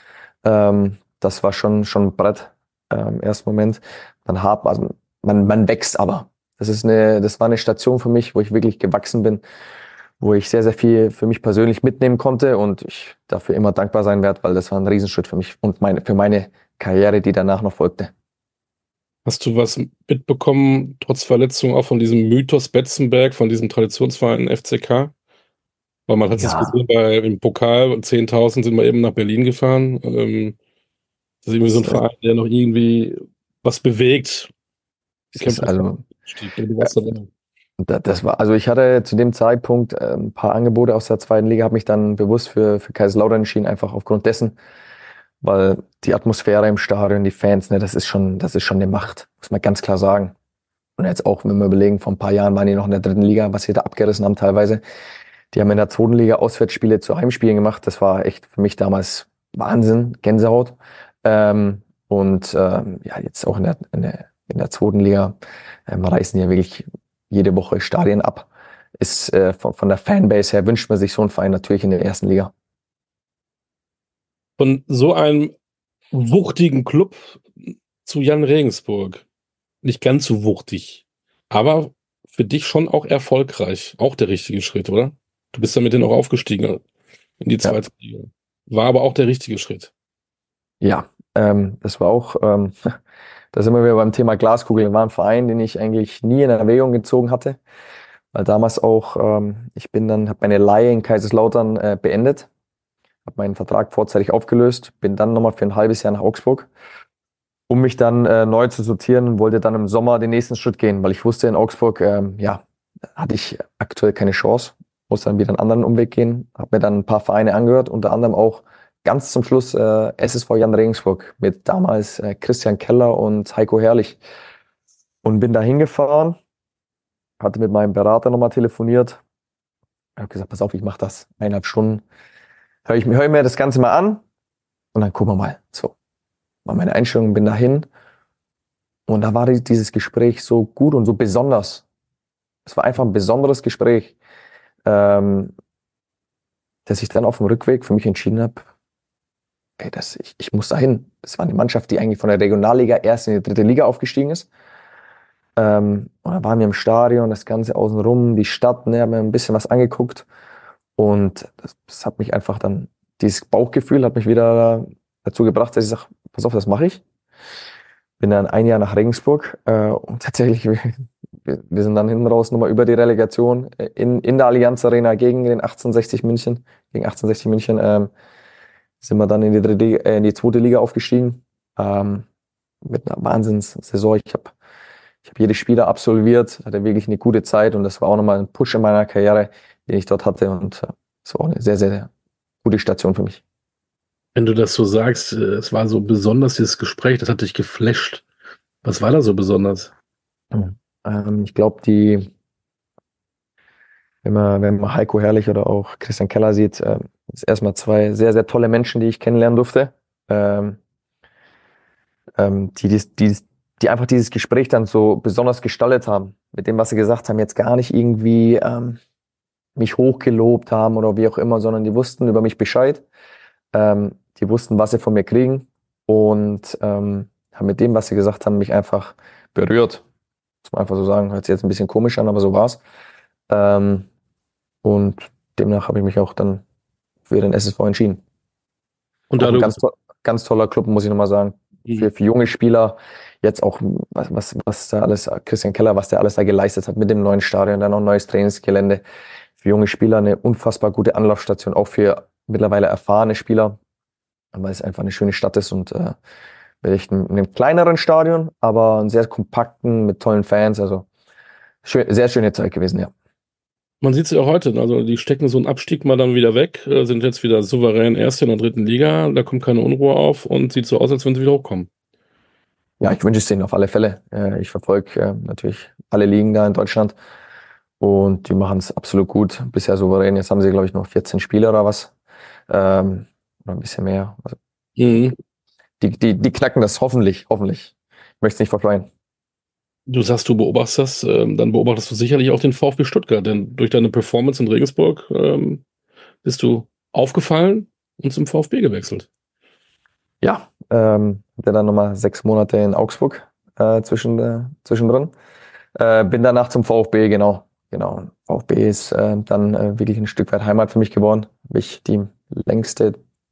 B: Das war schon ein Brett im ersten Moment. Also man wächst aber. Das war eine Station für mich, wo ich wirklich gewachsen bin, wo ich sehr, sehr viel für mich persönlich mitnehmen konnte und ich dafür immer dankbar sein werde, weil das war ein Riesenschritt für mich und für meine Karriere, die danach noch folgte.
A: Hast du was mitbekommen, trotz Verletzung, auch von diesem Mythos Betzenberg, von diesem Traditionsverein FCK? Weil man hat es
B: Ja,
A: gesehen, im Pokal 10.000 sind wir eben nach Berlin gefahren. Das ist irgendwie so ein
B: es,
A: Verein, der noch irgendwie was bewegt.
B: es ist
A: Kämpft auf den
B: also,
A: Aufstieg. Du
B: äh,
A: warst dabei.
B: das war, also ich hatte zu dem Zeitpunkt ein paar Angebote aus der zweiten Liga, habe mich dann bewusst für Kaiserslautern entschieden, einfach aufgrund dessen, weil die Atmosphäre im Stadion, die Fans, ne, das ist schon eine Macht, muss man ganz klar sagen. Und jetzt auch, wenn wir überlegen, vor ein paar Jahren waren die noch in der dritten Liga, was sie da abgerissen haben teilweise. Die haben in der zweiten Liga Auswärtsspiele zu Heimspielen gemacht. Das war echt für mich damals Wahnsinn, Gänsehaut. Ja, jetzt auch in der zweiten Liga reißen die ja wirklich jede Woche Stadien ab. Von der Fanbase her wünscht man sich so einen Verein natürlich in der ersten Liga.
A: Von so einem wuchtigen Club zu Jan Regensburg. Nicht ganz so wuchtig, aber für dich schon auch erfolgreich. Auch der richtige Schritt, oder? Du bist ja mit denen auch aufgestiegen in die
B: Ja,
A: zweite Liga. War aber auch der richtige Schritt.
B: ja, das war auch, da sind wir wieder beim Thema Glaskugel. War ein Verein, den ich eigentlich nie in Erwägung gezogen hatte, weil damals auch, habe meine Leihe in Kaiserslautern beendet, habe meinen Vertrag vorzeitig aufgelöst, bin dann nochmal für ein halbes Jahr nach Augsburg, um mich dann neu zu sortieren und wollte dann im Sommer den nächsten Schritt gehen, weil ich wusste, in Augsburg, ja, hatte ich aktuell keine Chance, muss dann wieder einen anderen Umweg gehen, habe mir dann ein paar Vereine angehört, unter anderem auch ganz zum Schluss SSV Jan Regensburg mit damals Christian Keller und Heiko Herrlich und bin da hingefahren, hatte mit meinem Berater nochmal telefoniert, habe gesagt, pass auf, ich mache das 1,5 Stunden, hör mir das Ganze mal an und dann gucken wir mal. So, war meine Einstellung, bin dahin. Und da war dieses Gespräch so gut und so besonders. Es war einfach ein besonderes Gespräch, ähm, dass ich dann auf dem Rückweg für mich entschieden habe, ey, ich muss dahin. Das war eine Mannschaft, die eigentlich von der Regionalliga erst in die dritte Liga aufgestiegen ist. Und dann waren wir im Stadion, das Ganze außenrum, die Stadt, ne, haben mir ein bisschen was angeguckt. Und das hat mich einfach dann, dieses Bauchgefühl hat mich wieder dazu gebracht, dass ich sage, pass auf, das mache ich. Bin dann ein Jahr nach Regensburg und tatsächlich, wir sind dann hinten raus nochmal über die Relegation in der Allianz Arena gegen den 1860 München, gegen 1860 München, sind wir dann in die in die zweite Liga aufgestiegen, mit einer Wahnsinnssaison. Ich habe jedes Spiel da absolviert, hatte wirklich eine gute Zeit und das war auch nochmal ein Push in meiner Karriere, den ich dort hatte und es war auch eine sehr, sehr, sehr gute Station für mich.
A: Wenn du das so sagst, es war so besonders, dieses Gespräch, das hat dich geflasht. Was war da so besonders?
B: Ich glaube, wenn man Heiko Herrlich oder auch Christian Keller sieht, ist erstmal zwei sehr, sehr tolle Menschen, die ich kennenlernen durfte, ähm, die einfach dieses Gespräch dann so besonders gestaltet haben, mit dem, was sie gesagt haben, jetzt gar nicht irgendwie mich hochgelobt haben oder wie auch immer, sondern die wussten über mich Bescheid. Die wussten, was sie von mir kriegen und haben mit dem, was sie gesagt haben, mich einfach berührt. Muss man einfach so sagen. Hört sich jetzt ein bisschen komisch an, aber so war's. Ähm, und demnach habe ich mich auch dann für den SSV entschieden.
A: Und
B: Auch
A: da
B: ein
A: du,
B: ganz toller Club, muss ich nochmal sagen. Für junge Spieler, jetzt auch, was da alles, Christian Keller, was der alles da geleistet hat mit dem neuen Stadion, dann auch ein neues Trainingsgelände. Für junge Spieler eine unfassbar gute Anlaufstation, auch für mittlerweile erfahrene Spieler, weil es einfach eine schöne Stadt ist und mit echt einem kleineren Stadion, aber einen sehr kompakten, mit tollen Fans. Also sehr schöne Zeit gewesen, ja.
A: man sieht es ja auch heute, ne? Also die stecken so einen Abstieg mal dann wieder weg, sind jetzt wieder souverän Erste in der dritten Liga, da kommt keine Unruhe auf und sieht so aus, als wenn sie wieder hochkommen.
B: Ja, ich wünsche es denen auf alle Fälle. Ich verfolge natürlich alle Ligen da in Deutschland und die machen es absolut gut. Bisher souverän. Jetzt haben sie, glaube ich, noch 14 Spiele oder was. Oder ein bisschen mehr. Also
A: Mhm.
B: die knacken das hoffentlich, hoffentlich. Ich möchte es nicht verfreuen.
A: Du sagst, du beobachtest das, dann beobachtest du sicherlich auch den VfB Stuttgart, denn durch deine Performance in Regensburg bist du aufgefallen und zum VfB gewechselt.
B: Ja, hatte dann nochmal 6 Monate in Augsburg zwischendrin. Bin danach zum VfB, genau. Genau. VfB ist dann wirklich ein Stück weit Heimat für mich geworden. Habe ich die längste,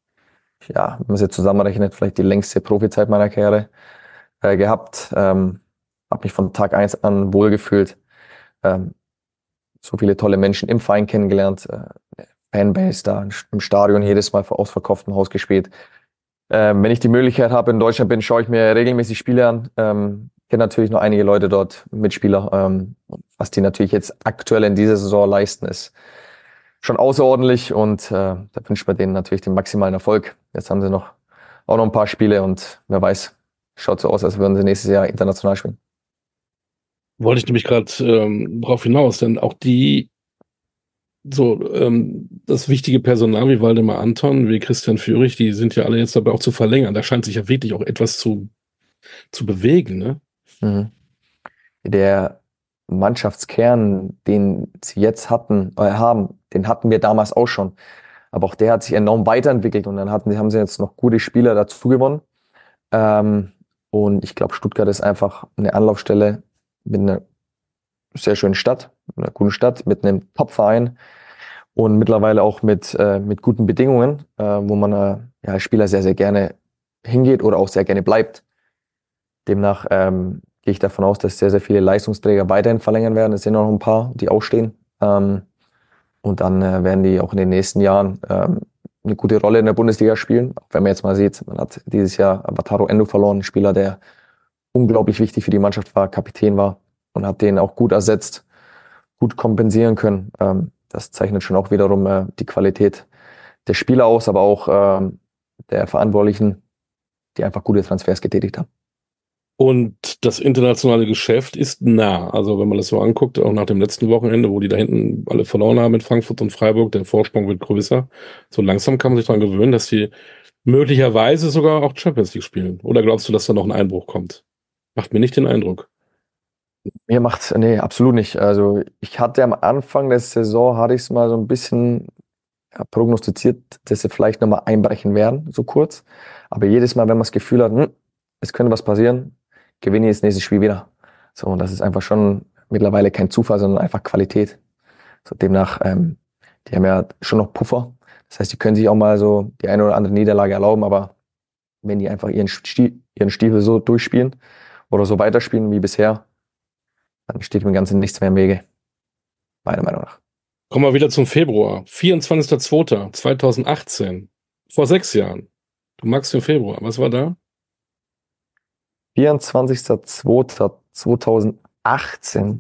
B: ja, wenn man es jetzt zusammenrechnet, vielleicht die längste Profizeit meiner Karriere gehabt. Habe mich von Tag eins an wohlgefühlt. Ähm, so viele tolle Menschen im Verein kennengelernt. Fanbase da im Stadion jedes Mal vor ausverkauftem Haus gespielt. Wenn ich die Möglichkeit habe, in Deutschland bin, schaue ich mir regelmäßig Spiele an. Kenne natürlich noch einige Leute dort, Mitspieler. Was die natürlich jetzt aktuell in dieser Saison leisten, ist schon außerordentlich und da wünscht man denen natürlich den maximalen Erfolg. Jetzt haben sie auch noch ein paar Spiele und wer weiß, schaut so aus, als würden sie nächstes Jahr international spielen.
A: Wollte ich nämlich gerade drauf hinaus, denn auch die, so das wichtige Personal wie Waldemar Anton, wie Christian Führig, die sind ja alle jetzt dabei auch zu verlängern. Da scheint sich ja wirklich auch etwas zu bewegen, ne?
B: Mhm. Der Mannschaftskern, den sie jetzt haben, den hatten wir damals auch schon. Aber auch der hat sich enorm weiterentwickelt und dann haben sie jetzt noch gute Spieler dazu gewonnen. Ähm, und ich glaube, Stuttgart ist einfach eine Anlaufstelle mit einer sehr schönen Stadt, einer guten Stadt, mit einem Top-Verein und mittlerweile auch mit guten Bedingungen, wo man ja, als Spieler sehr, sehr gerne hingeht oder auch sehr gerne bleibt. Demnach gehe ich davon aus, dass sehr, sehr viele Leistungsträger weiterhin verlängern werden. Es sind noch ein paar, die ausstehen. Und dann werden die auch in den nächsten Jahren eine gute Rolle in der Bundesliga spielen. Auch wenn man jetzt mal sieht, man hat dieses Jahr Wataru Endo verloren, ein Spieler, der unglaublich wichtig für die Mannschaft war, Kapitän war und hat den auch gut ersetzt, gut kompensieren können. Das zeichnet schon auch wiederum die Qualität der Spieler aus, aber auch der Verantwortlichen, die einfach gute Transfers getätigt haben.
A: Und das internationale Geschäft ist nah. Also wenn man das so anguckt, auch nach dem letzten Wochenende, wo die da hinten alle verloren haben mit Frankfurt und Freiburg, der Vorsprung wird größer. So langsam kann man sich daran gewöhnen, dass sie möglicherweise sogar auch Champions League spielen. Oder glaubst du, dass da noch ein Einbruch kommt? Macht mir nicht den Eindruck.
B: Nee, absolut nicht. Also ich hatte am Anfang der Saison, hatte ich es mal so ein bisschen ja, prognostiziert, dass sie vielleicht nochmal einbrechen werden, so kurz. Aber jedes Mal, wenn man das Gefühl hat, es könnte was passieren, gewinne ich das nächste Spiel wieder. So, und das ist einfach schon mittlerweile kein Zufall, sondern einfach Qualität. So demnach, die haben ja schon noch Puffer. Das heißt, die können sich auch mal so die eine oder andere Niederlage erlauben, aber wenn die einfach ihren Stiefel so durchspielen oder so weiterspielen wie bisher, dann steht dem Ganzen nichts mehr im Wege, meiner Meinung nach.
A: Kommen wir wieder zum Februar. 24.02.2018. Vor 6 Jahren. Du magst den Februar. Was war da?
B: 24.02.2018. 18.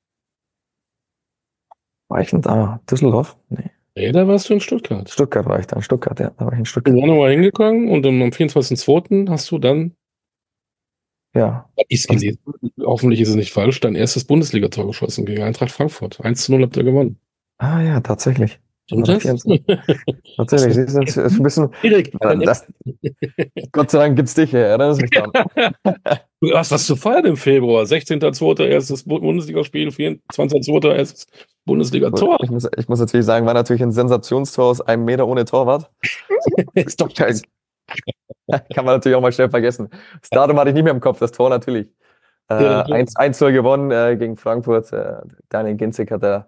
B: War ich denn da? Düsseldorf? Nee.
A: Nee, da warst du in Stuttgart.
B: Stuttgart war ich da. Stuttgart, ja. Da war ich in
A: Im
B: Stuttgart.
A: Januar hingegangen und dann am 24.02. hast du dann,
B: Ja.
A: hab ich's gelesen, hoffentlich ist es nicht falsch, dein erstes Bundesligator geschossen gegen Eintracht Frankfurt. 1:0 habt ihr gewonnen.
B: Ah ja, tatsächlich. War
A: Stimmt
B: der
A: das?
B: 24.
A: Hast
B: Tatsächlich.
A: du,
B: Siehst du, das ist ein bisschen.
A: Erik, dein
B: Das, Gott sei Dank gibt's dich, erinnerst mich dran.
A: Du hast was zu feiern im Februar. 16.02. erstes Bundesligaspiel, 24.02. erstes Bundesliga-Tor.
B: Ich muss natürlich sagen, war natürlich ein Sensationstor aus einem Meter ohne Torwart.
A: Ist doch
B: Kann,
A: scheiße.
B: kann man natürlich auch mal schnell vergessen. Das Datum hatte ich nicht mehr im Kopf, das Tor natürlich.
A: Ja,
B: 1-0 gewonnen gegen Frankfurt. Daniel Ginzig hat da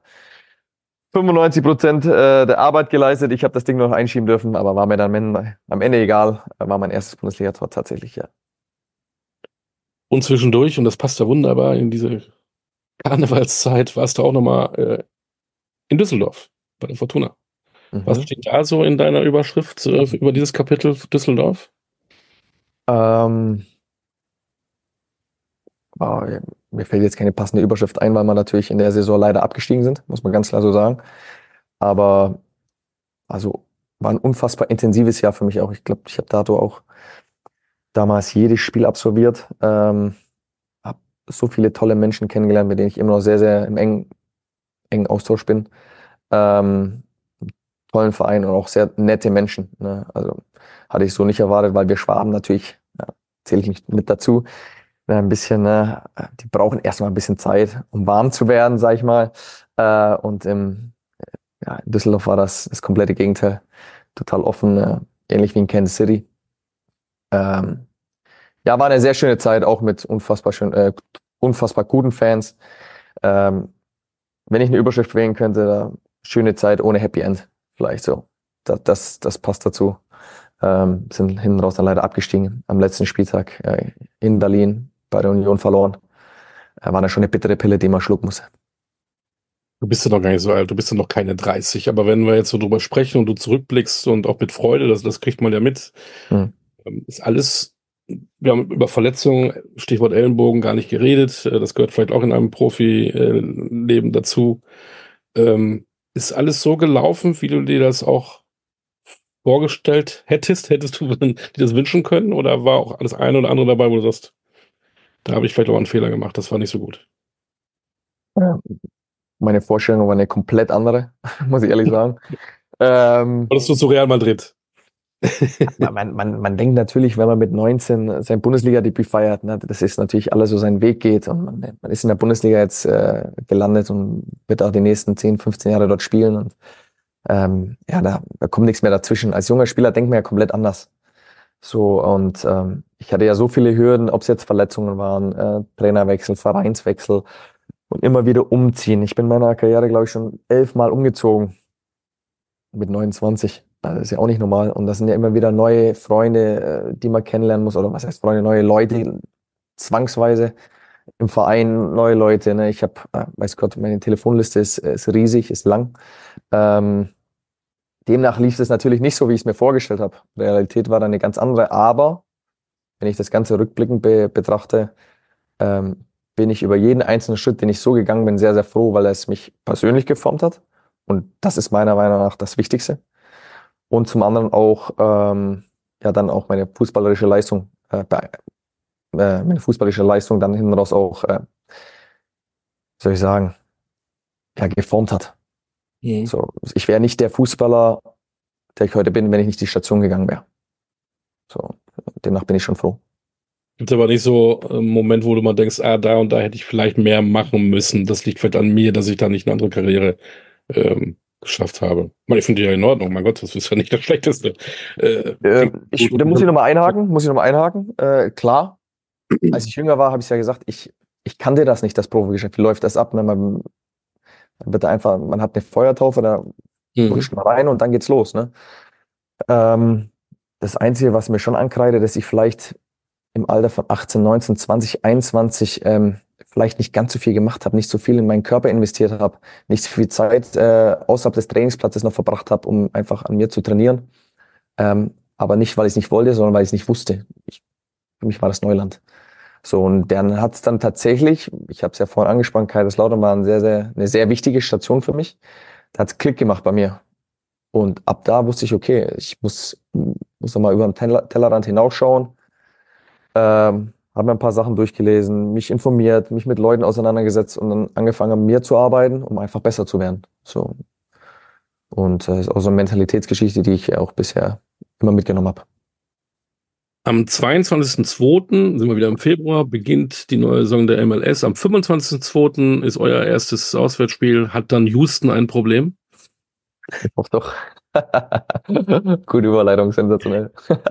B: 95% der Arbeit geleistet. Ich habe das Ding noch einschieben dürfen, aber war mir dann am Ende egal. War mein erstes Bundesliga-Tor tatsächlich, ja.
A: und zwischendurch, und das passt ja wunderbar in diese Karnevalszeit, warst du auch nochmal in Düsseldorf bei der Fortuna. Was
B: Mhm.
A: steht da so in deiner Überschrift über dieses Kapitel Düsseldorf?
B: Ähm, aber mir fällt jetzt keine passende Überschrift ein, weil wir natürlich in der Saison leider abgestiegen sind, muss man ganz klar so sagen. Aber also war ein unfassbar intensives Jahr für mich auch. Ich glaube, ich habe dato auch damals jedes Spiel absolviert. Habe so viele tolle Menschen kennengelernt, mit denen ich immer noch sehr, sehr im engen Austausch bin. Ähm, Tollen Verein und auch sehr nette Menschen. Ne? Also hatte ich so nicht erwartet, weil wir Schwaben natürlich, ja, zähle ich nicht mit dazu, ein bisschen, die brauchen erstmal ein bisschen Zeit, um warm zu werden, sag ich mal. Und in Düsseldorf war das komplette Gegenteil. Total offen, ähnlich wie in Kansas City. Ähm, ja, war eine sehr schöne Zeit, auch mit unfassbar guten Fans. Ähm, wenn ich eine Überschrift wählen könnte, schöne Zeit ohne Happy End, vielleicht so. Das passt dazu. Sind hinten raus dann leider abgestiegen am letzten Spieltag in Berlin bei der Union verloren. War dann schon eine bittere Pille, die man schlucken muss.
A: Du bist ja noch gar nicht so alt, du bist ja noch keine 30, aber wenn wir jetzt so drüber sprechen und du zurückblickst und auch mit Freude, das kriegt man ja mit,
B: Hm.
A: ist alles, wir haben über Verletzungen, Stichwort Ellenbogen, gar nicht geredet, das gehört vielleicht auch in einem Profi-Leben dazu. Ist alles so gelaufen, wie du dir das auch vorgestellt hättest? Hättest du dir das wünschen können oder war auch alles eine oder andere dabei, wo du sagst, da habe ich vielleicht auch einen Fehler gemacht, das war nicht so gut?
B: Ja, meine Vorstellung war eine komplett andere, muss ich ehrlich sagen. Ähm,
A: Wolltest du zu Real Madrid?
B: man denkt natürlich, wenn man mit 19 sein Bundesliga-Debüt feiert, ne, das ist natürlich alles so seinen Weg geht. Und man ist in der Bundesliga jetzt gelandet und wird auch die nächsten 10, 15 Jahre dort spielen. Und ja, da kommt nichts mehr dazwischen. Als junger Spieler denkt man ja komplett anders. So, und ich hatte ja so viele Hürden, ob es jetzt Verletzungen waren, Trainerwechsel, Vereinswechsel und immer wieder umziehen. Ich bin in meiner Karriere, glaube ich, schon 11 Mal umgezogen mit 29. Das ist ja auch nicht normal. Und das sind ja immer wieder neue Freunde, die man kennenlernen muss. Oder was heißt Freunde, neue Leute, zwangsweise im Verein neue Leute. Ne? Ich habe, weiß Gott, meine Telefonliste ist riesig, ist lang. Ähm, demnach lief es natürlich nicht so, wie ich es mir vorgestellt habe. Realität war dann eine ganz andere. Aber wenn ich das Ganze rückblickend betrachte, ähm, bin ich über jeden einzelnen Schritt, den ich so gegangen bin, sehr, sehr froh, weil es mich persönlich geformt hat. Und das ist meiner Meinung nach das Wichtigste. Und zum anderen auch, ja, dann auch meine fußballerische Leistung dann hinten raus auch, soll ich sagen, ja, geformt hat.
A: Mhm.
B: So, ich wäre nicht der Fußballer, der ich heute bin, wenn ich nicht die Station gegangen wäre. So, demnach bin ich schon froh.
A: Gibt aber nicht so einen Moment, wo du mal denkst, da und da hätte ich vielleicht mehr machen müssen. Das liegt vielleicht an mir, dass ich da nicht eine andere Karriere geschafft habe. Ich finde die ja in Ordnung, mein Gott, das ist ja nicht das Schlechteste.
B: Da muss ich nochmal einhaken. Klar, als ich jünger war, habe ich ja gesagt, ich kannte das nicht, das Profigeschäft. Wie läuft das ab? Ne? Man hat eine Feuertaufe, da
A: Mhm.
B: rutscht man rein und dann geht's los. Ne? Ähm, das Einzige, was mir schon ankreidet, dass ich vielleicht im Alter von 18, 19, 20, 21 vielleicht nicht ganz so viel gemacht habe, nicht so viel in meinen Körper investiert habe, nicht so viel Zeit außerhalb des Trainingsplatzes noch verbracht habe, um einfach an mir zu trainieren. Aber nicht, weil ich es nicht wollte, sondern weil ich es nicht wusste. Für mich war das Neuland. So, und dann hat es dann tatsächlich, ich habe es ja vorhin angesprochen, Kaiserslautern war eine sehr wichtige Station für mich. Da hat es Klick gemacht bei mir. Und ab da wusste ich, okay, muss noch mal über den Tellerrand hinausschauen. Habe mir ein paar Sachen durchgelesen, mich informiert, mich mit Leuten auseinandergesetzt und dann angefangen, an mir zu arbeiten, um einfach besser zu werden. So. Und das ist auch so eine Mentalitätsgeschichte, die ich auch bisher immer mitgenommen habe.
A: Am 22.02., sind wir wieder im Februar, beginnt die neue Saison der MLS. Am 25.02. ist euer erstes Auswärtsspiel. Hat dann Houston ein Problem?
B: Ich hoffe doch. Gute Überleitung, sensationell.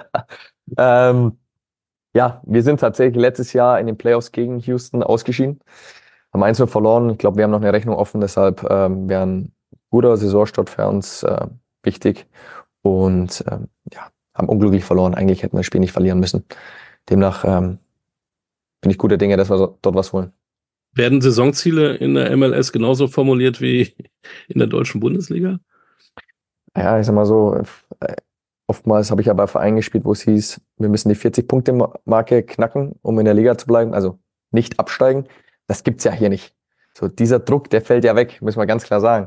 B: Ja, wir sind tatsächlich letztes Jahr in den Playoffs gegen Houston ausgeschieden. Haben 1-0 verloren. Ich glaube, wir haben noch eine Rechnung offen, deshalb wäre ein guter Saisonstart für uns wichtig. Und ja, haben unglücklich verloren. Eigentlich hätten wir das Spiel nicht verlieren müssen. Demnach bin ich guter Dinge, dass wir dort was holen.
A: Werden Saisonziele in der MLS genauso formuliert wie in der deutschen Bundesliga?
B: Ja, ich sag mal so, oftmals habe ich ja bei Vereinen gespielt, wo es hieß, wir müssen die 40-Punkte-Marke knacken, um in der Liga zu bleiben, also nicht absteigen. Das gibt's ja hier nicht. So, dieser Druck, der fällt ja weg, müssen wir ganz klar sagen.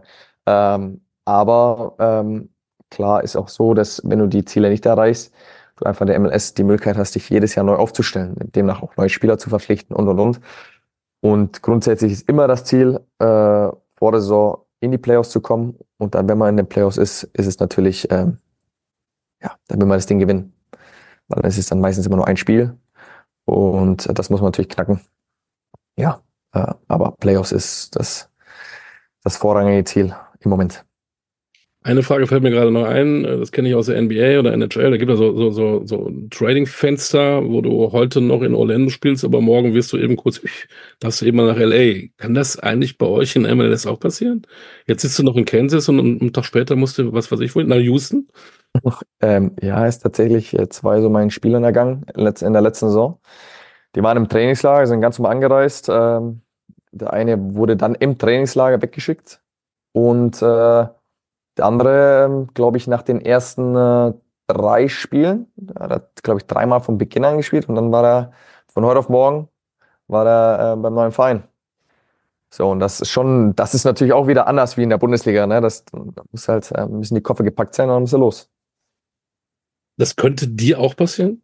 B: Aber klar ist auch so, dass wenn du die Ziele nicht erreichst, du einfach in der MLS die Möglichkeit hast, dich jedes Jahr neu aufzustellen, demnach auch neue Spieler zu verpflichten und. Und grundsätzlich ist immer das Ziel, vor der Saison in die Playoffs zu kommen. Und dann, wenn man in den Playoffs ist es natürlich, ja, dann will man das Ding gewinnen. Weil dann ist es dann meistens immer nur ein Spiel. Und das muss man natürlich knacken. Ja, aber Playoffs ist das vorrangige Ziel im Moment.
A: Eine Frage fällt mir gerade noch ein, das kenne ich aus der NBA oder NHL, da gibt es so Trading-Fenster, wo du heute noch in Orlando spielst, aber morgen wirst du eben kurz, darfst du eben mal nach LA. Kann das eigentlich bei euch in MLS auch passieren? Jetzt sitzt du noch in Kansas und einen Tag später musst du, was weiß ich, wohin, nach Houston?
B: Ja, ist tatsächlich zwei so meinen Spielern ergangen in der letzten Saison. Die waren im Trainingslager, sind ganz normal angereist. Der eine wurde dann im Trainingslager weggeschickt und der andere, glaube ich, nach den ersten 3 Spielen, er hat, glaube ich, 3-mal von Beginn an gespielt und dann war er von heute auf morgen beim neuen Verein. So, und das ist natürlich auch wieder anders wie in der Bundesliga, ne? Da muss halt, müssen die Koffer gepackt sein und dann muss er los.
A: Das könnte dir auch passieren?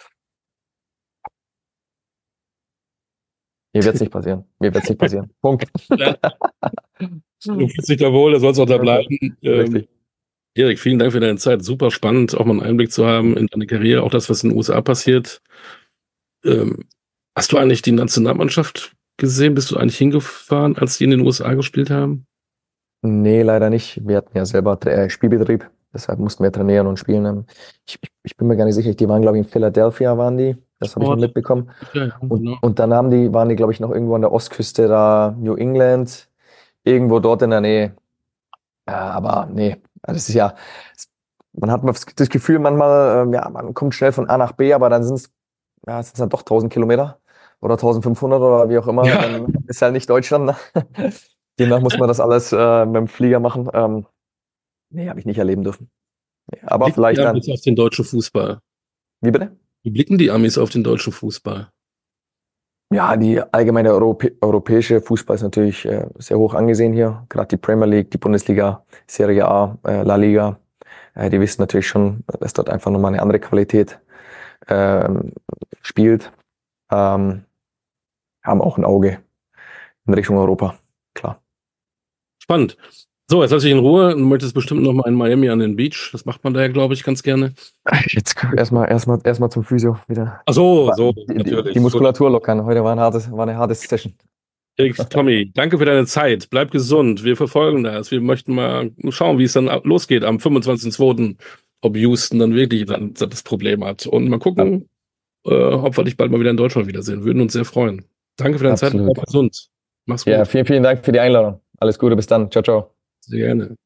B: Mir wird's nicht passieren. Mir wird's nicht passieren. Punkt.
A: Ja. Du fühlst dich da wohl, da sollst auch da bleiben.
B: Richtig.
A: Erik, vielen Dank für deine Zeit. Super spannend, auch mal einen Einblick zu haben in deine Karriere, auch das, was in den USA passiert. Hast du eigentlich die Nationalmannschaft gesehen? Bist du eigentlich hingefahren, als die in den USA gespielt haben?
B: Nee, leider nicht. Wir hatten ja selber Spielbetrieb, deshalb mussten wir trainieren und spielen. Ich bin mir gar nicht sicher, die waren, glaube ich, in Philadelphia waren die. Das habe ich noch mitbekommen.
A: Ja, genau.
B: Und dann waren die, glaube ich, noch irgendwo an der Ostküste da, New England, irgendwo dort in der Nähe. Aber nee, das ist ja, man hat das Gefühl manchmal, ja, man kommt schnell von A nach B, aber dann sind's dann doch 1000 Kilometer oder 1500 oder wie auch immer.
A: Ja.
B: Dann ist halt nicht Deutschland. Ne? Demnach muss man das alles mit dem Flieger machen. Nee, habe ich nicht erleben dürfen. Nee, aber
A: Blicken
B: vielleicht
A: die
B: dann.
A: Amis auf den deutschen Fußball?
B: Wie bitte?
A: Wie blicken die Amis auf den deutschen Fußball?
B: Ja, die allgemeine europäische Fußball ist natürlich sehr hoch angesehen hier. Gerade die Premier League, die Bundesliga, Serie A, La Liga. Die wissen natürlich schon, dass dort einfach nochmal eine andere Qualität spielt. Haben auch ein Auge in Richtung Europa, klar.
A: Spannend. So, jetzt lass ich in Ruhe. Du möchtest bestimmt noch mal in Miami an den Beach. Das macht man da ja, glaube ich, ganz gerne.
B: Jetzt erstmal zum Physio wieder.
A: Ach so,
B: Die
A: natürlich.
B: Muskulatur lockern. Heute war eine harte Session.
A: Erik, Tommy, danke für deine Zeit. Bleib gesund. Wir verfolgen das. Wir möchten mal schauen, wie es dann losgeht am 25.02., ob Houston dann wirklich das Problem hat. Und mal gucken, ob wir dich bald mal wieder in Deutschland wiedersehen. Würden uns sehr freuen. Danke für deine Zeit. Bleib gesund. Mach's gut.
B: Ja, vielen Dank für die Einladung. Alles Gute, bis dann. Ciao, ciao.
A: Sehr gerne.